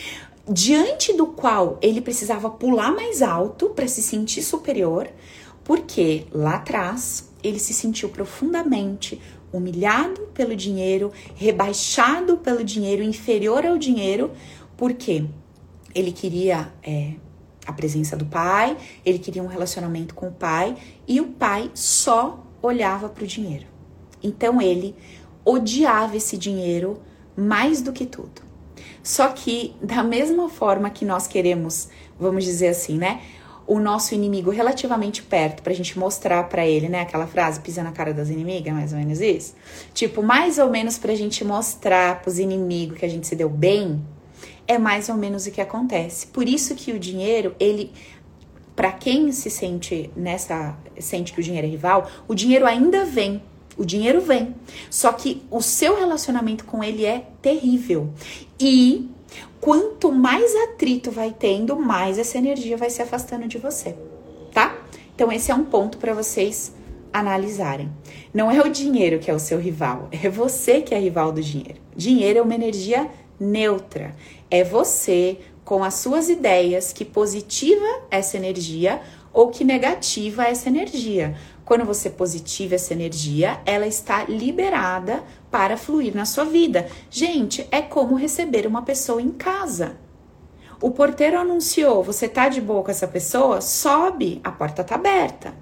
diante do qual ele precisava pular mais alto para se sentir superior, porque lá atrás ele se sentiu profundamente humilhado pelo dinheiro, rebaixado pelo dinheiro, inferior ao dinheiro, porque ele queria é, a presença do pai, ele queria um relacionamento com o pai, e o pai só olhava para o dinheiro. Então ele odiava esse dinheiro mais do que tudo. Só que da mesma forma que nós queremos, vamos dizer assim, né, o nosso inimigo relativamente perto pra gente mostrar pra ele, né, aquela frase, pisa na cara das inimigas, mais ou menos isso. Tipo, mais ou menos pra gente mostrar pros inimigos que a gente se deu bem, é mais ou menos o que acontece. Por isso que o dinheiro, ele, pra quem se sente nessa, sente que o dinheiro é rival, o dinheiro ainda vem. O dinheiro vem, só que o seu relacionamento com ele é terrível. E quanto mais atrito vai tendo, mais essa energia vai se afastando de você, tá? Então esse é um ponto para vocês analisarem. Não é o dinheiro que é o seu rival, é você que é rival do dinheiro. Dinheiro é uma energia neutra. É você com as suas ideias que positiva essa energia ou que negativa essa energia. Quando você positiva essa energia, ela está liberada para fluir na sua vida. Gente, é como receber uma pessoa em casa. O porteiro anunciou, você tá de boa com essa pessoa? Sobe, a porta tá aberta.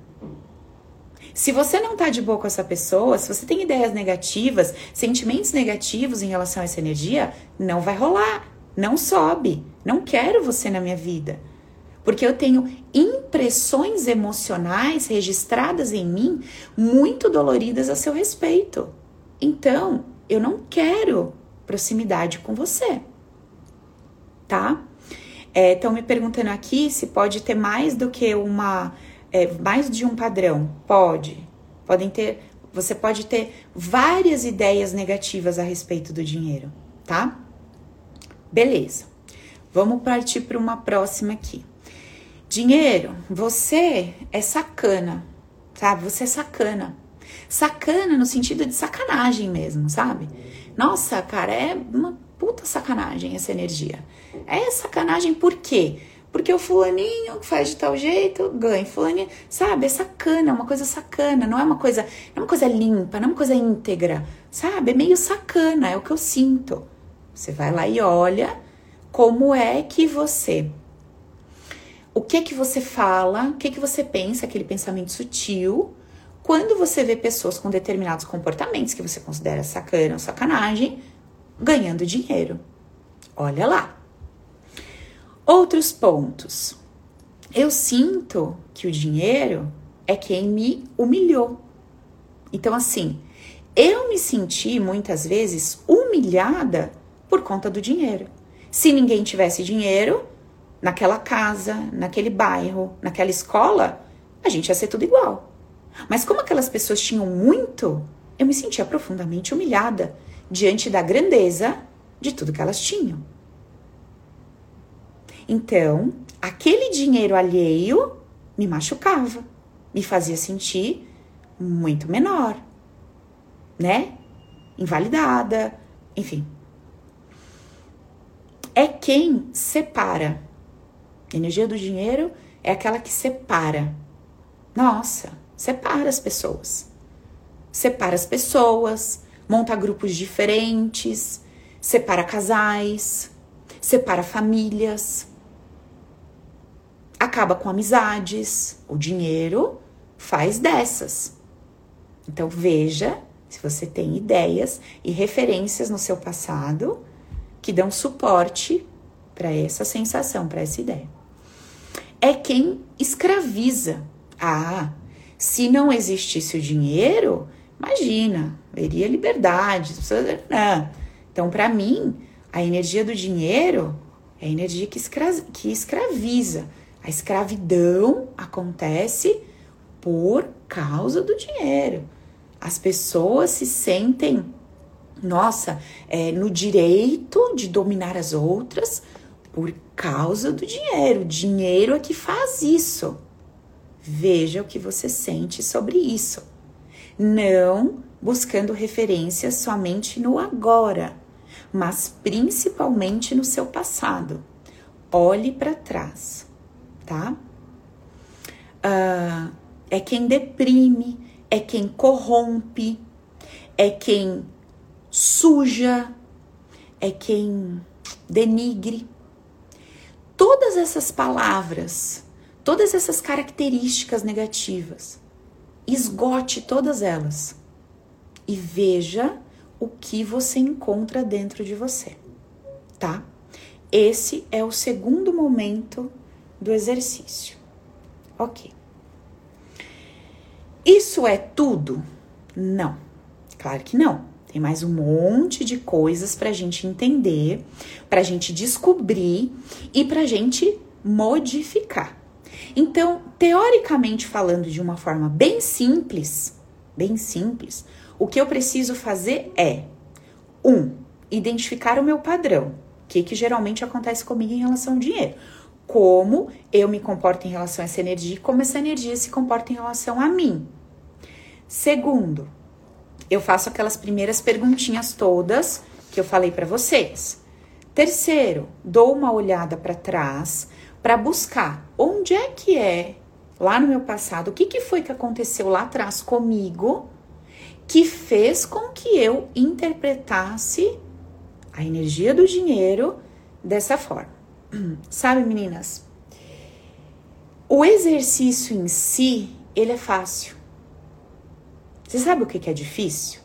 Se você não tá de boa com essa pessoa, se você tem ideias negativas, sentimentos negativos em relação a essa energia, não vai rolar, não sobe. Não quero você na minha vida. Porque eu tenho impressões emocionais registradas em mim muito doloridas a seu respeito. Então, eu não quero proximidade com você, tá? Estão é, me perguntando aqui se pode ter mais do que uma, é, mais de um padrão. Pode. Podem ter, você pode ter várias ideias negativas a respeito do dinheiro, tá? Beleza. Vamos partir para uma próxima aqui. Dinheiro, você é sacana, sabe? Você é sacana. Sacana no sentido de sacanagem mesmo, sabe? Nossa, cara, é uma puta sacanagem essa energia. É sacanagem por quê? Porque o fulaninho faz de tal jeito, ganha. Fulaninho, sabe? É sacana, é uma coisa sacana. Não é uma coisa, não é uma coisa limpa, não é uma coisa íntegra. Sabe? É meio sacana, é o que eu sinto. Você vai lá e olha como é que você... O que é que você fala, o que é que você pensa, aquele pensamento sutil, quando você vê pessoas com determinados comportamentos que você considera sacana ou sacanagem, ganhando dinheiro. Olha lá. Outros pontos. Eu sinto que o dinheiro é quem me humilhou. Então, assim, eu me senti muitas vezes humilhada por conta do dinheiro. Se ninguém tivesse dinheiro, naquela casa, naquele bairro, naquela escola, a gente ia ser tudo igual. Mas como aquelas pessoas tinham muito, eu me sentia profundamente humilhada diante da grandeza de tudo que elas tinham. Então, aquele dinheiro alheio me machucava, me fazia sentir muito menor, né? Invalidada, enfim. É quem separa. A energia do dinheiro é aquela que separa. Nossa, separa as pessoas. Separa as pessoas, monta grupos diferentes, separa casais, separa famílias, acaba com amizades. O dinheiro faz dessas. Então veja se você tem ideias e referências no seu passado que dão suporte para essa sensação, para essa ideia. É quem escraviza. Ah, se não existisse o dinheiro, imagina, veria liberdade. Não. Então, para mim, a energia do dinheiro é a energia que, escra que escraviza. A escravidão acontece por causa do dinheiro. As pessoas se sentem, nossa, é, no direito de dominar as outras por causa do dinheiro. O dinheiro é que faz isso. Veja o que você sente sobre isso. Não buscando referências somente no agora, mas principalmente no seu passado. Olhe para trás, tá? Ah, é quem deprime, é quem corrompe, é quem suja, é quem denigre. Todas essas palavras, todas essas características negativas, esgote todas elas e veja o que você encontra dentro de você, tá? Esse é o segundo momento do exercício. Ok. Isso é tudo? Não, claro que não. Tem mais um monte de coisas pra gente entender, pra gente descobrir e pra gente modificar. Então, teoricamente falando de uma forma bem simples, bem simples, o que eu preciso fazer é, um, identificar o meu padrão. O que, que geralmente acontece comigo em relação ao dinheiro. Como eu me comporto em relação a essa energia e como essa energia se comporta em relação a mim. Segundo, eu faço aquelas primeiras perguntinhas todas que eu falei para vocês. Terceiro, dou uma olhada para trás para buscar onde é que é, lá no meu passado, o que, que foi que aconteceu lá atrás comigo que fez com que eu interpretasse a energia do dinheiro dessa forma. Sabe, meninas? O exercício em si, ele é fácil. Você sabe o que é difícil?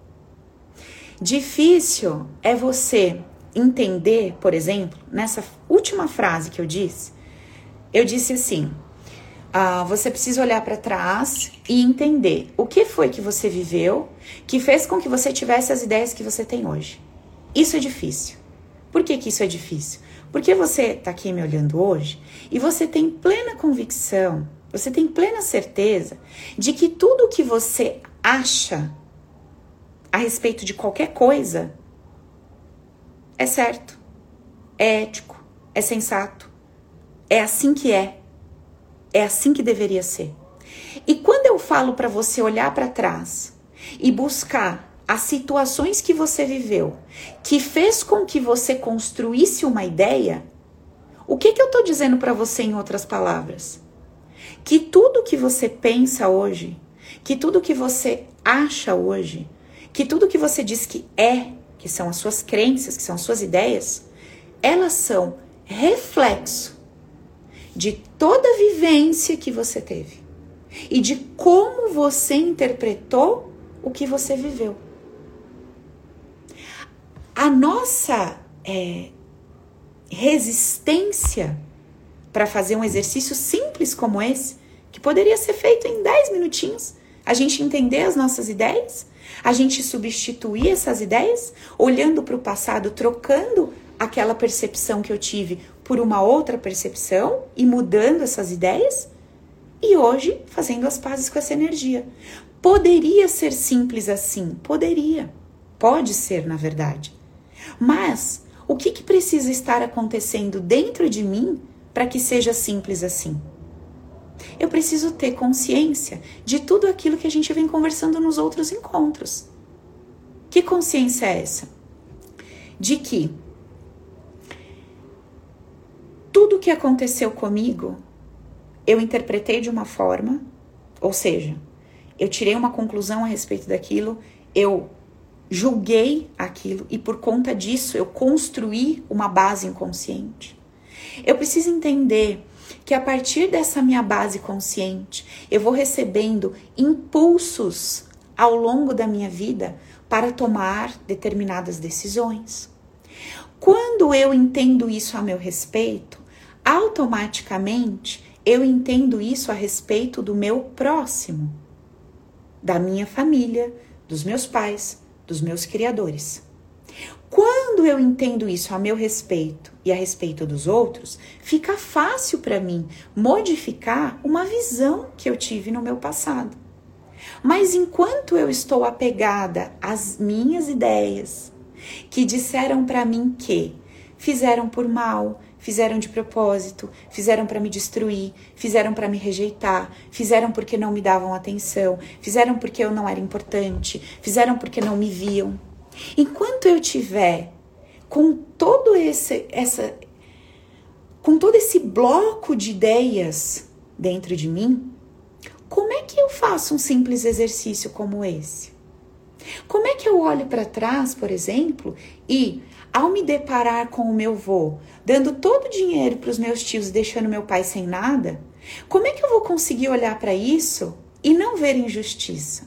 Difícil é você entender, por exemplo, nessa última frase que eu disse, eu disse assim, ah, você precisa olhar para trás e entender o que foi que você viveu que fez com que você tivesse as ideias que você tem hoje. Isso é difícil. Por que que isso é difícil? Porque você tá aqui me olhando hoje e você tem plena convicção, você tem plena certeza de que tudo que você acha a respeito de qualquer coisa é certo, é ético, é sensato, é assim que é, é assim que deveria ser. E quando eu falo para você olhar para trás e buscar as situações que você viveu, que fez com que você construísse uma ideia, O que, que eu tô dizendo para você em outras palavras? Que tudo que você pensa hoje, que tudo que você acha hoje, que tudo que você diz que é, que são as suas crenças, que são as suas ideias, elas são reflexo de toda a vivência que você teve e de como você interpretou o que você viveu. A nossa é, resistência para fazer um exercício simples como esse, que poderia ser feito em dez minutinhos, a gente entender as nossas ideias, a gente substituir essas ideias, olhando para o passado, trocando aquela percepção que eu tive por uma outra percepção e mudando essas ideias, e hoje fazendo as pazes com essa energia. Poderia ser simples assim? Poderia. Pode ser, na verdade. Mas o que, que precisa estar acontecendo dentro de mim para que seja simples assim? Eu preciso ter consciência de tudo aquilo que a gente vem conversando nos outros encontros. Que consciência é essa? De que tudo que aconteceu comigo, eu interpretei de uma forma, ou seja, eu tirei uma conclusão a respeito daquilo, eu julguei aquilo e por conta disso eu construí uma base inconsciente. Eu preciso entender que a partir dessa minha base consciente, eu vou recebendo impulsos ao longo da minha vida para tomar determinadas decisões. Quando eu entendo isso a meu respeito, automaticamente eu entendo isso a respeito do meu próximo, da minha família, dos meus pais, dos meus criadores. Quando eu entendo isso a meu respeito e a respeito dos outros, fica fácil para mim modificar uma visão que eu tive no meu passado. Mas enquanto eu estou apegada às minhas ideias, que disseram para mim que fizeram por mal, fizeram de propósito, fizeram para me destruir, fizeram para me rejeitar, fizeram porque não me davam atenção, fizeram porque eu não era importante, fizeram porque não me viam. Enquanto eu tiver com todo esse, essa, com todo esse bloco de ideias dentro de mim, como é que eu faço um simples exercício como esse? Como é que eu olho para trás, por exemplo, e ao me deparar com o meu vô, dando todo o dinheiro para os meus tios e deixando meu pai sem nada, como é que eu vou conseguir olhar para isso e não ver injustiça?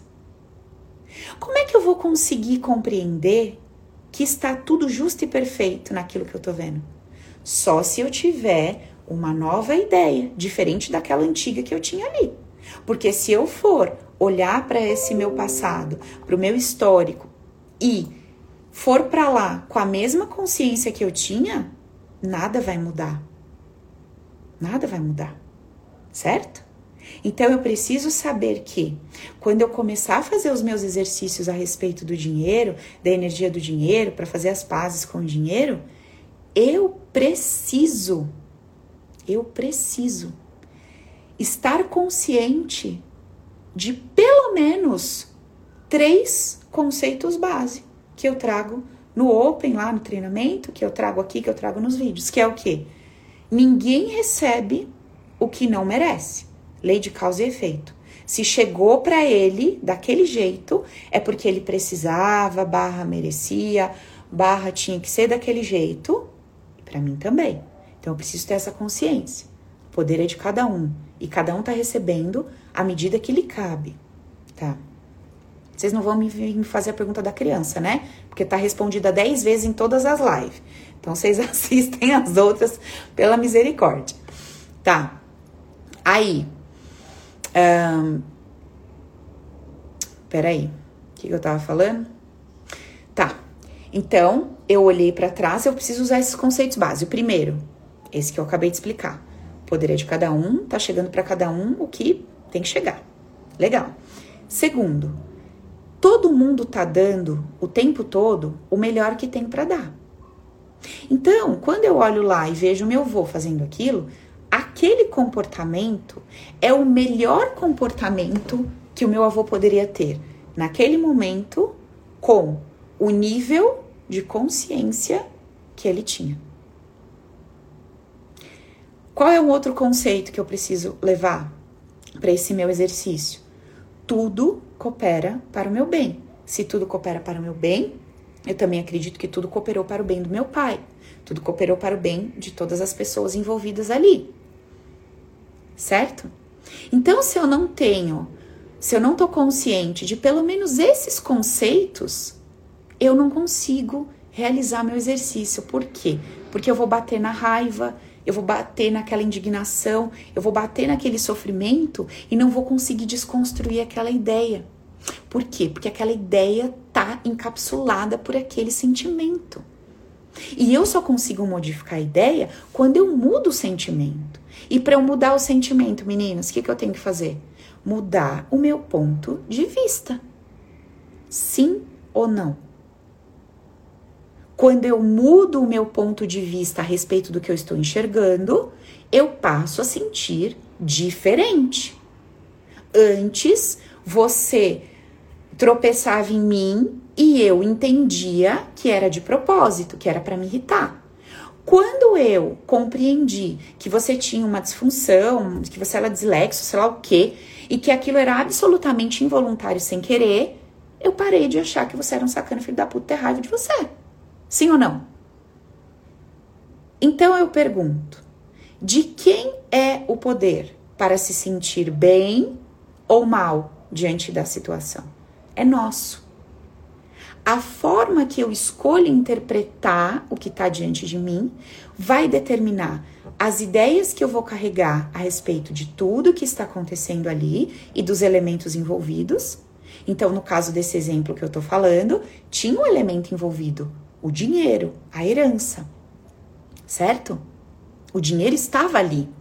Como é que eu vou conseguir compreender que está tudo justo e perfeito naquilo que eu estou vendo? Só se eu tiver uma nova ideia, diferente daquela antiga que eu tinha ali. Porque se eu for olhar para esse meu passado, para o meu histórico e for para lá com a mesma consciência que eu tinha, nada vai mudar. Nada vai mudar, certo? Então eu preciso saber que quando eu começar a fazer os meus exercícios a respeito do dinheiro, da energia do dinheiro, para fazer as pazes com o dinheiro, eu preciso, eu preciso estar consciente de pelo menos três conceitos base que eu trago no Open, lá no treinamento, que eu trago aqui, que eu trago nos vídeos, que é o quê? Ninguém recebe o que não merece. Lei de causa e efeito. Se chegou para ele daquele jeito, é porque ele precisava, barra merecia, barra tinha que ser daquele jeito, e para mim também. Então eu preciso ter essa consciência. O poder é de cada um, e cada um tá recebendo à medida que lhe cabe, tá? Vocês não vão me fazer a pergunta da criança, né? Porque tá respondida dez vezes em todas as lives. Então vocês assistem as outras pela misericórdia. Tá. Aí. Um, peraí. O que, que eu tava falando? Tá. Então, eu olhei pra trás, eu preciso usar esses conceitos básicos. O primeiro, esse que eu acabei de explicar. O poder é de cada um, tá chegando pra cada um o que tem que chegar. Legal. Segundo, todo mundo tá dando o tempo todo o melhor que tem para dar. Então, quando eu olho lá e vejo meu avô fazendo aquilo, aquele comportamento é o melhor comportamento que o meu avô poderia ter naquele momento com o nível de consciência que ele tinha. Qual é um outro conceito que eu preciso levar para esse meu exercício? Tudo coopera para o meu bem. Se tudo coopera para o meu bem, eu também acredito que tudo cooperou para o bem do meu pai. Tudo cooperou para o bem de todas as pessoas envolvidas ali. Certo? Então, se eu não tenho, se eu não estou consciente de pelo menos esses conceitos, eu não consigo realizar meu exercício. Por quê? Porque eu vou bater na raiva, eu vou bater naquela indignação, eu vou bater naquele sofrimento e não vou conseguir desconstruir aquela ideia. Por quê? Porque aquela ideia tá encapsulada por aquele sentimento. E eu só consigo modificar a ideia quando eu mudo o sentimento. E para eu mudar o sentimento, meninas, o que, que eu tenho que fazer? Mudar o meu ponto de vista. Sim ou não? Quando eu mudo o meu ponto de vista a respeito do que eu estou enxergando, eu passo a sentir diferente. Antes, você tropeçava em mim e eu entendia que era de propósito, que era para me irritar. Quando eu compreendi que você tinha uma disfunção, que você era dislexo, sei lá o quê, e que aquilo era absolutamente involuntário, sem querer, eu parei de achar que você era um sacana, filho da puta, ter raiva de você. Sim ou não? Então eu pergunto, de quem é o poder para se sentir bem ou mal diante da situação? É nosso. A forma que eu escolho interpretar o que está diante de mim vai determinar as ideias que eu vou carregar a respeito de tudo que está acontecendo ali e dos elementos envolvidos. Então, no caso desse exemplo que eu estou falando, tinha um elemento envolvido, o dinheiro, a herança, certo? O dinheiro estava ali.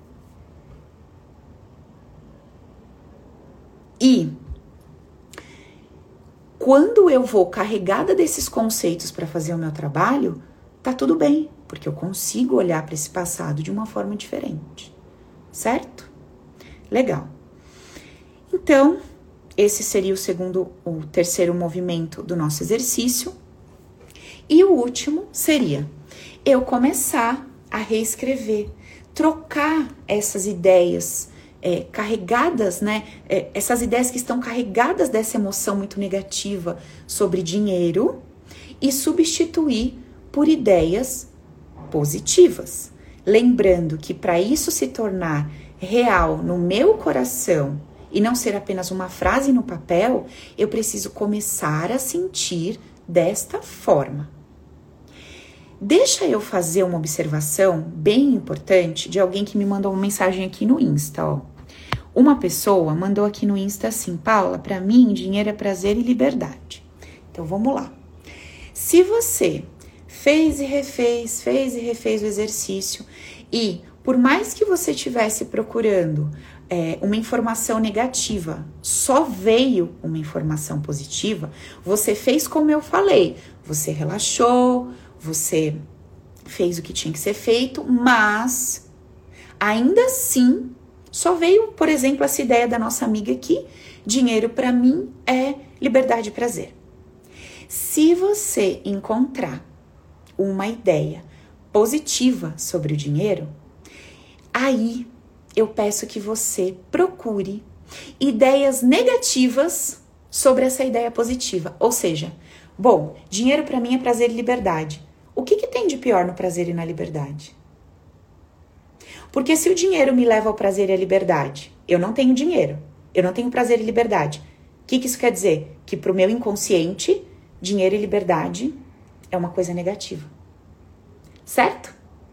E quando eu vou carregada desses conceitos para fazer o meu trabalho, tá tudo bem, porque eu consigo olhar para esse passado de uma forma diferente, certo? Legal. Então, esse seria o segundo, o terceiro movimento do nosso exercício. E o último seria eu começar a reescrever, trocar essas ideias É, carregadas, né? É, essas ideias que estão carregadas dessa emoção muito negativa sobre dinheiro e substituir por ideias positivas. Lembrando que para isso se tornar real no meu coração e não ser apenas uma frase no papel, eu preciso começar a sentir desta forma. Deixa eu fazer uma observação bem importante de alguém que me mandou uma mensagem aqui no Insta, ó. Uma pessoa mandou aqui no Insta assim: Paula, pra mim, dinheiro é prazer e liberdade. Então, vamos lá. Se você fez e refez, fez e refez o exercício e, por mais que você estivesse procurando é, uma informação negativa, só veio uma informação positiva, você fez como eu falei, você relaxou, você fez o que tinha que ser feito, mas ainda assim só veio, por exemplo, essa ideia da nossa amiga aqui: dinheiro para mim é liberdade e prazer. Se você encontrar uma ideia positiva sobre o dinheiro, aí eu peço que você procure ideias negativas sobre essa ideia positiva. Ou seja, bom, dinheiro para mim é prazer e liberdade. O que, que tem de pior no prazer e na liberdade? Porque se o dinheiro me leva ao prazer e à liberdade, eu não tenho dinheiro, eu não tenho prazer e liberdade. O que, que isso quer dizer? Que para o meu inconsciente, dinheiro e liberdade é uma coisa negativa. Certo?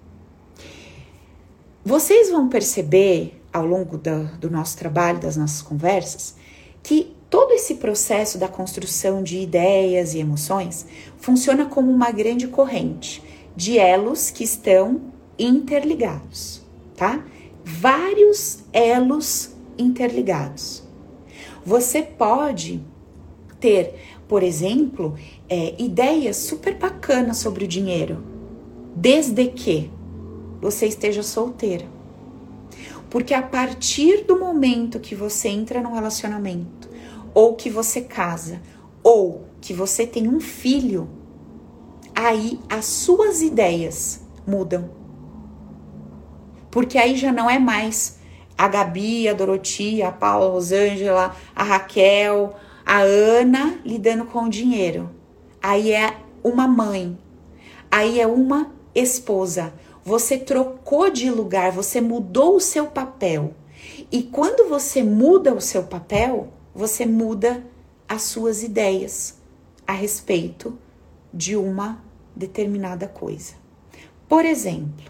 Vocês vão perceber ao longo do, do nosso trabalho, das nossas conversas, que todo esse processo da construção de ideias e emoções funciona como uma grande corrente de elos que estão interligados, tá? Vários elos interligados. Você pode ter, por exemplo, é, ideias super bacanas sobre o dinheiro, desde que você esteja solteira. Porque a partir do momento que você entra num relacionamento, ou que você casa, ou que você tem um filho, aí as suas ideias mudam. Porque aí já não é mais a Gabi, a Dorotia, a Paula, a Rosângela, a Raquel, a Ana lidando com o dinheiro. Aí é uma mãe, aí é uma esposa. Você trocou de lugar, você mudou o seu papel. E quando você muda o seu papel, você muda as suas ideias a respeito de uma determinada coisa. Por exemplo,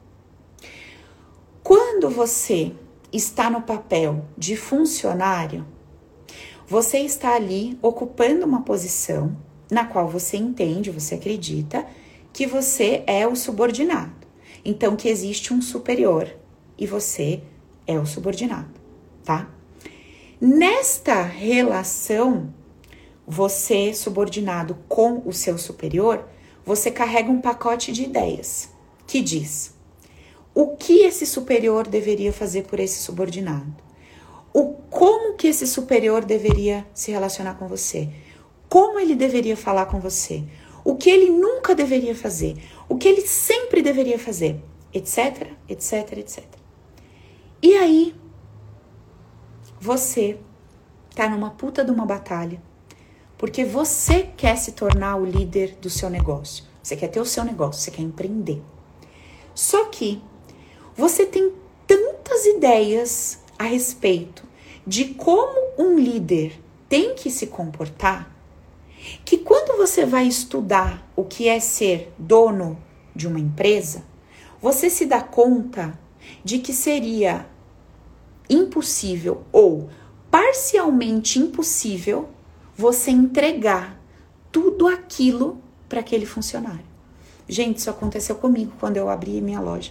quando você está no papel de funcionário, você está ali ocupando uma posição na qual você entende, você acredita que você é o subordinado. Então, que existe um superior e você é o subordinado, tá? Nesta relação, você subordinado com o seu superior, você carrega um pacote de ideias que diz o que esse superior deveria fazer por esse subordinado, o como que esse superior deveria se relacionar com você, como ele deveria falar com você, o que ele nunca deveria fazer, o que ele sempre deveria fazer, etc, etc, etcétera. E aí, você tá numa puta de uma batalha, porque você quer se tornar o líder do seu negócio, você quer ter o seu negócio, você quer empreender. Só que você tem tantas ideias a respeito de como um líder tem que se comportar, que quando você vai estudar o que é ser dono de uma empresa, você se dá conta de que seria impossível ou parcialmente impossível você entregar tudo aquilo para aquele funcionário. Gente, isso aconteceu comigo quando eu abri minha loja.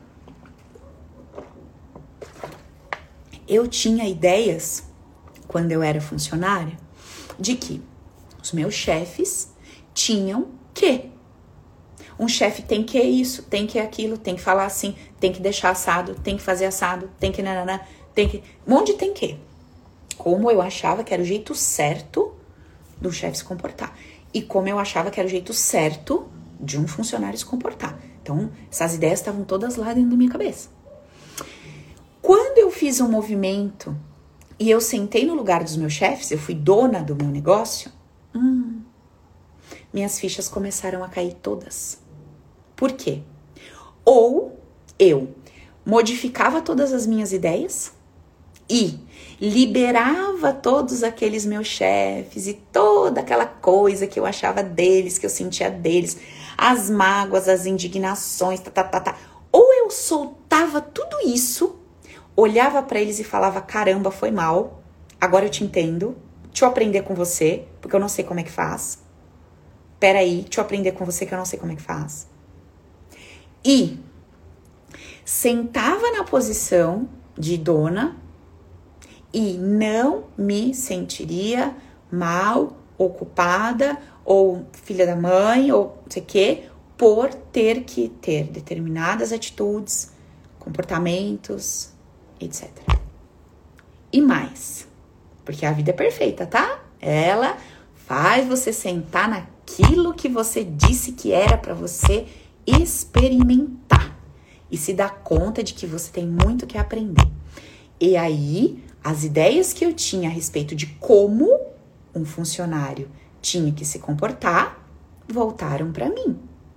Eu tinha ideias, quando eu era funcionária, de que os meus chefes tinham que. Um chefe tem que isso, tem que aquilo, tem que falar assim, tem que deixar assado, tem que fazer assado, tem que nananã, tem que... Um monte de tem que. Como eu achava que era o jeito certo do chefe se comportar. E como eu achava que era o jeito certo de um funcionário se comportar. Então, essas ideias estavam todas lá dentro da minha cabeça. Quando eu fiz um movimento e eu sentei no lugar dos meus chefes, eu fui dona do meu negócio, hum, minhas fichas começaram a cair todas. Por quê? Ou eu modificava todas as minhas ideias e liberava todos aqueles meus chefes e toda aquela coisa que eu achava deles, que eu sentia deles, as mágoas, as indignações, tá, tá, tá, tá. Ou eu soltava tudo isso, olhava pra eles e falava, caramba, foi mal, agora eu te entendo, deixa eu aprender com você, porque eu não sei como é que faz. Peraí, deixa eu aprender com você que eu não sei como é que faz. E sentava na posição de dona e não me sentiria mal, ocupada, ou filha da mãe, ou não sei o quê, por ter que ter determinadas atitudes, comportamentos, etcétera. E mais, porque a vida é perfeita, tá? Ela faz você sentar naquilo que você disse que era para você experimentar e se dar conta de que você tem muito que aprender. E aí, as ideias que eu tinha a respeito de como um funcionário tinha que se comportar voltaram para mim.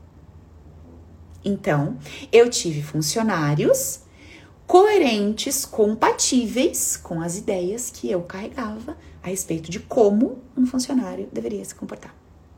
Então, eu tive funcionários coerentes, compatíveis com as ideias que eu carregava a respeito de como um funcionário deveria se comportar.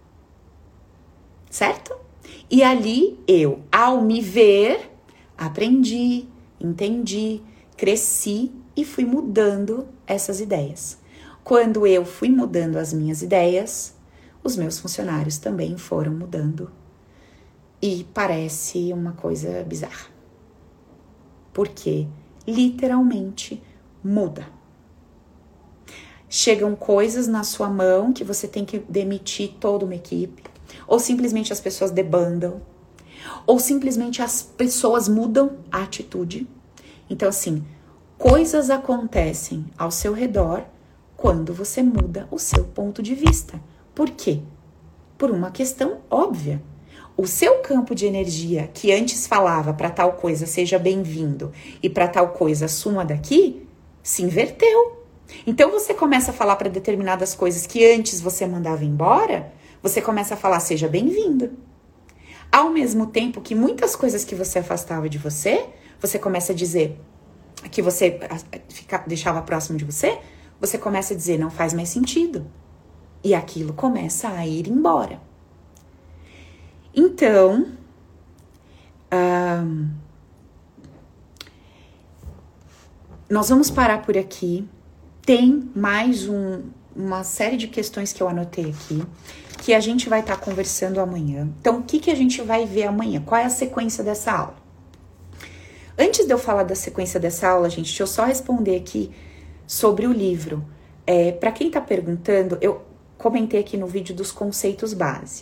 Certo? E ali eu, ao me ver, aprendi, entendi, cresci e fui mudando essas ideias. Quando eu fui mudando as minhas ideias, os meus funcionários também foram mudando. E parece uma coisa bizarra. Porque literalmente muda. Chegam coisas na sua mão que você tem que demitir toda uma equipe. Ou simplesmente as pessoas debandam. Ou simplesmente as pessoas mudam a atitude. Então, assim, coisas acontecem ao seu redor quando você muda o seu ponto de vista. Por quê? Por uma questão óbvia. o seu campo de energia, que antes falava para tal coisa seja bem-vindo e para tal coisa suma daqui, se inverteu. Então você começa a falar para determinadas coisas que antes você mandava embora, você começa a falar seja bem-vindo. Ao mesmo tempo que muitas coisas que você afastava de você, você começa a dizer que você fica, deixava próximo de você, você começa a dizer não faz mais sentido. E aquilo começa a ir embora. Então, um, nós vamos parar por aqui. Tem mais um, uma série de questões que eu anotei aqui, que a gente vai estar tá conversando amanhã. Então, o que, que a gente vai ver amanhã? Qual é a sequência dessa aula? Antes de eu falar da sequência dessa aula, gente, deixa eu só responder aqui sobre o livro. É, para quem está perguntando, eu comentei aqui no vídeo dos conceitos base.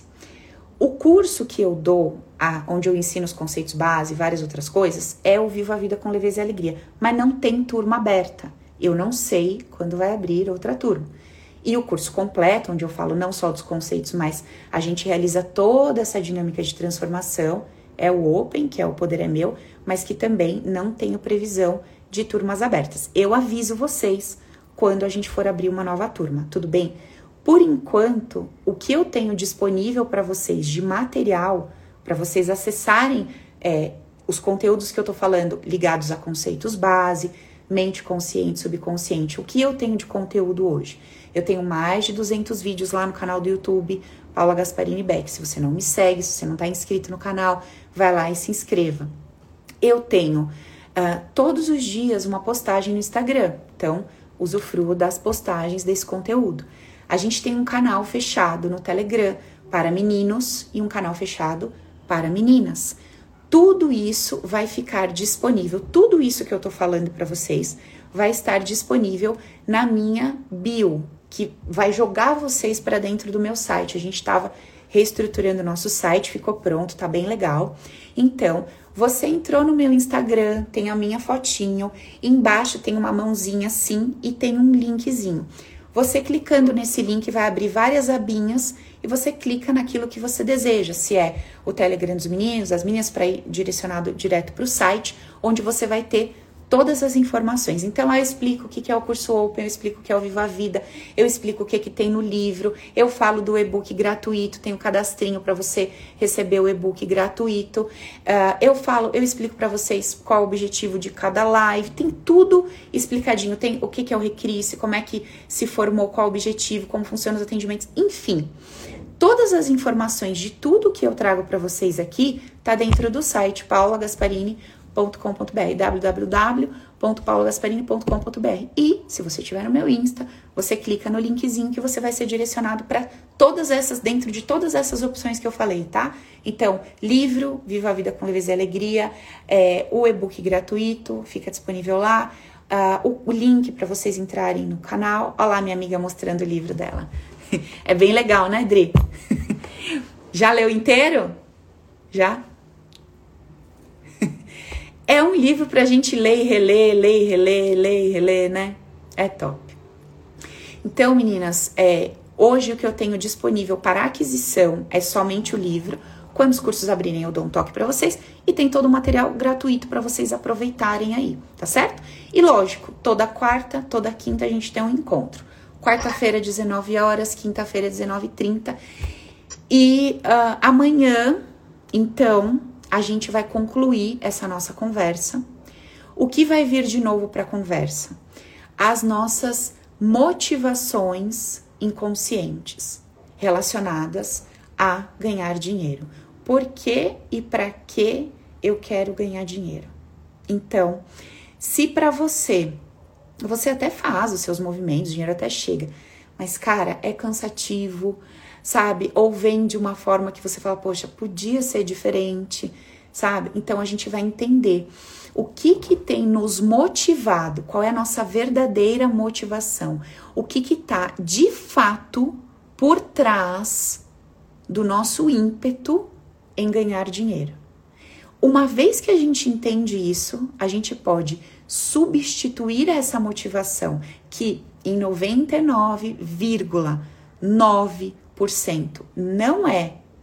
O curso que eu dou, a, onde eu ensino os conceitos base e várias outras coisas, é o Viva a Vida com Leveza e Alegria, mas não tem turma aberta. Eu não sei quando vai abrir outra turma. E o curso completo, onde eu falo não só dos conceitos, mas a gente realiza toda essa dinâmica de transformação, é o Open, que é o Poder é Meu, mas que também não tenho previsão de turmas abertas. Eu aviso vocês quando a gente for abrir uma nova turma, tudo bem? Por enquanto, o que eu tenho disponível para vocês de material, para vocês acessarem é, os conteúdos que eu tô falando ligados a conceitos base, mente consciente, subconsciente, o que eu tenho de conteúdo hoje? Eu tenho mais de duzentos vídeos lá no canal do YouTube, Paula Gasparini Beck. Se você não me segue, se você não está inscrito no canal, vai lá e se inscreva. Eu tenho uh, todos os dias uma postagem no Instagram, então usufruo das postagens desse conteúdo. A gente tem um canal fechado no Telegram para meninos e um canal fechado para meninas. Tudo isso vai ficar disponível, tudo isso que eu tô falando para vocês vai estar disponível na minha bio, que vai jogar vocês para dentro do meu site. A gente estava reestruturando o nosso site, ficou pronto, tá bem legal. Então, você entrou no meu Instagram, tem a minha fotinho, embaixo tem uma mãozinha assim e tem um linkzinho. Você clicando nesse link vai abrir várias abinhas e você clica naquilo que você deseja, se é o Telegram dos meninos, as meninas, para ir direcionado direto para o site, onde você vai ter todas as informações. Então, eu explico o que é o curso Open, eu explico o que é o Viva a Vida, eu explico o que, que tem no livro, eu falo do e-book gratuito, tem o cadastrinho para você receber o e-book gratuito, uh, eu falo, eu explico para vocês qual é o objetivo de cada live, tem tudo explicadinho, tem o que, que é o Recrisse, como é que se formou, qual é o objetivo, como funcionam os atendimentos, enfim. Todas as informações de tudo que eu trago para vocês aqui tá dentro do site paula gasparini ponto com ponto br, w w w ponto paula gasparini ponto com ponto br. E, se você estiver no meu Insta, você clica no linkzinho que você vai ser direcionado para todas essas, dentro de todas essas opções que eu falei, tá? Então, livro, Viva a Vida com Leveza e Alegria, é, o e-book gratuito, fica disponível lá, uh, o, o link para vocês entrarem no canal. Olha lá minha amiga mostrando o livro dela. É bem legal, né, Dri? Já leu inteiro? Já? É um livro pra gente ler e reler, ler e reler, ler e reler, né? É top. Então, meninas, é, hoje o que eu tenho disponível para aquisição é somente o livro. Quando os cursos abrirem, eu dou um toque pra vocês. E tem todo o material gratuito pra vocês aproveitarem aí, tá certo? E lógico, toda quarta, toda quinta a gente tem um encontro. Quarta-feira, dezenove horas, quinta-feira, dezenove e trinta. E uh, amanhã, então, a gente vai concluir essa nossa conversa. O que vai vir de novo para a conversa? As nossas motivações inconscientes relacionadas a ganhar dinheiro. Por que e para que eu quero ganhar dinheiro? Então, se para você, você até faz os seus movimentos, o dinheiro até chega, mas, cara, é cansativo, sabe? Ou vem de uma forma que você fala, poxa, podia ser diferente, sabe? Então, a gente vai entender o que que tem nos motivado, qual é a nossa verdadeira motivação, o que que tá, de fato, por trás do nosso ímpeto em ganhar dinheiro. Uma vez que a gente entende isso, a gente pode substituir essa motivação, que em noventa e nove vírgula nove por cento não é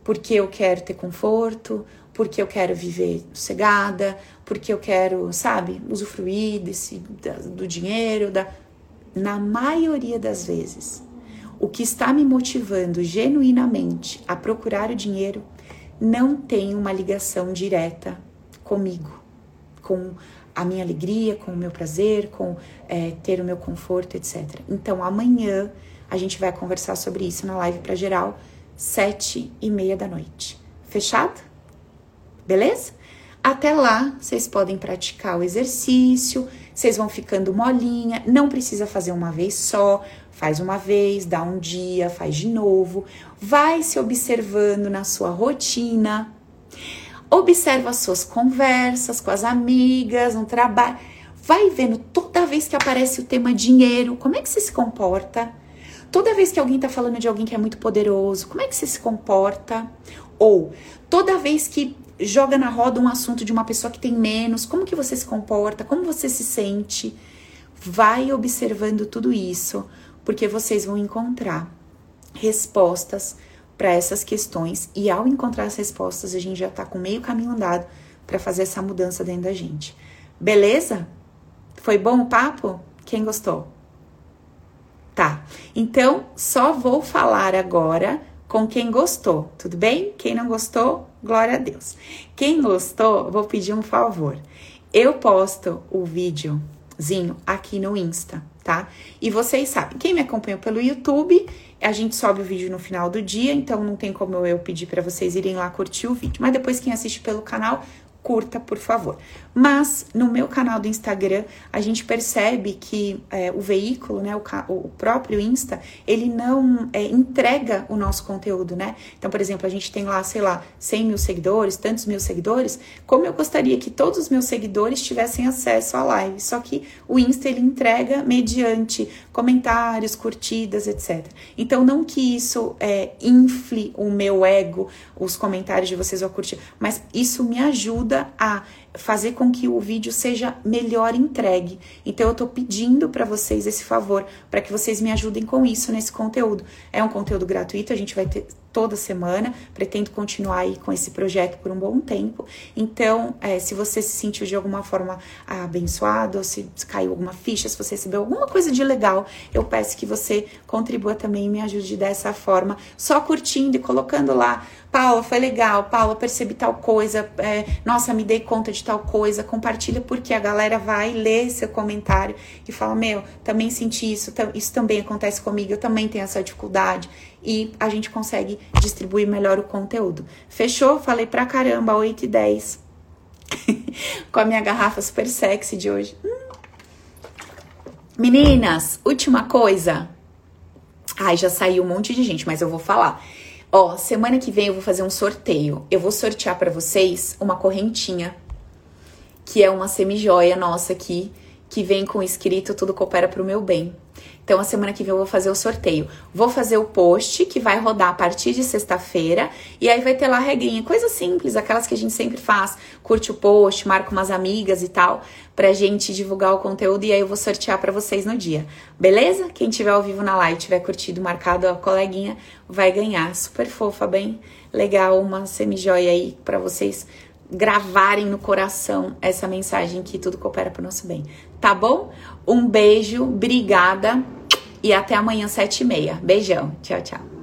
porque eu quero ter conforto, porque eu quero viver sossegada, porque eu quero, sabe, usufruir desse, da, do dinheiro. Da... Na maioria das vezes, o que está me motivando genuinamente a procurar o dinheiro não tem uma ligação direta comigo, com a minha alegria, com o meu prazer, com é, ter o meu conforto, etcétera. Então, amanhã a gente vai conversar sobre isso na live para geral, sete e meia da noite. Fechado? Beleza? Até lá, vocês podem praticar o exercício, vocês vão ficando molinha, não precisa fazer uma vez só, faz uma vez, dá um dia, faz de novo, vai se observando na sua rotina, observa as suas conversas com as amigas, no trabalho, vai vendo toda vez que aparece o tema dinheiro, como é que você se comporta? Toda vez que alguém tá falando de alguém que é muito poderoso, como é que você se comporta? Ou toda vez que joga na roda um assunto de uma pessoa que tem menos, como que você se comporta, como você se sente? Vai observando tudo isso, porque vocês vão encontrar respostas para essas questões, e ao encontrar as respostas, a gente já tá com meio caminho andado para fazer essa mudança dentro da gente. Beleza? Foi bom o papo? Quem gostou? Tá, então só vou falar agora com quem gostou, tudo bem? Quem não gostou, glória a Deus. Quem gostou, vou pedir um favor. Eu posto o videozinho aqui no Insta, tá? E vocês sabem, quem me acompanha pelo YouTube, a gente sobe o vídeo no final do dia, então não tem como eu pedir para vocês irem lá curtir o vídeo. Mas depois quem assiste pelo canal, curta, por favor. Mas no meu canal do Instagram, a gente percebe que é, o veículo, né, o, o próprio Insta, ele não é, entrega o nosso conteúdo, né? Então, por exemplo, a gente tem lá, sei lá, cem mil seguidores, tantos mil seguidores, como eu gostaria que todos os meus seguidores tivessem acesso à live, só que o Insta, ele entrega mediante comentários, curtidas, etcétera. Então, não que isso é, infle o meu ego, os comentários de vocês ou curtir, mas isso me ajuda a fazer com que o vídeo seja melhor entregue. Então eu tô pedindo para vocês esse favor, para que vocês me ajudem com isso nesse conteúdo. É um conteúdo gratuito, a gente vai ter toda semana, pretendo continuar aí com esse projeto por um bom tempo. Então, é, se você se sentiu de alguma forma abençoado, ou se caiu alguma ficha, se você recebeu alguma coisa de legal, eu peço que você contribua também e me ajude dessa forma, só curtindo e colocando lá: Paula, foi legal, Paula, percebi tal coisa, é, nossa, me dei conta de tal coisa, compartilha, porque a galera vai ler seu comentário e fala: meu, também senti isso, isso também acontece comigo, eu também tenho essa dificuldade, e a gente consegue distribuir melhor o conteúdo. Fechou? Falei pra caramba, oito e dez, com a minha garrafa super sexy de hoje. Hum. Meninas, última coisa. Ai, já saiu um monte de gente, mas eu vou falar. Ó, semana que vem eu vou fazer um sorteio. Eu vou sortear pra vocês uma correntinha, que é uma semijoia nossa aqui, que vem com escrito: tudo coopera pro meu bem. Então, a semana que vem eu vou fazer o sorteio. Vou fazer o post, que vai rodar a partir de sexta-feira, e aí vai ter lá a regrinha, coisa simples, aquelas que a gente sempre faz. Curte o post, marca umas amigas e tal, pra gente divulgar o conteúdo, e aí eu vou sortear pra vocês no dia. Beleza? Quem tiver ao vivo na live, tiver curtido, marcado a coleguinha, vai ganhar. Super fofa, bem legal, uma semijoia aí pra vocês gravarem no coração essa mensagem que tudo coopera pro nosso bem. Tá bom? Um beijo, obrigada e até amanhã, sete e meia. Beijão. Tchau, tchau.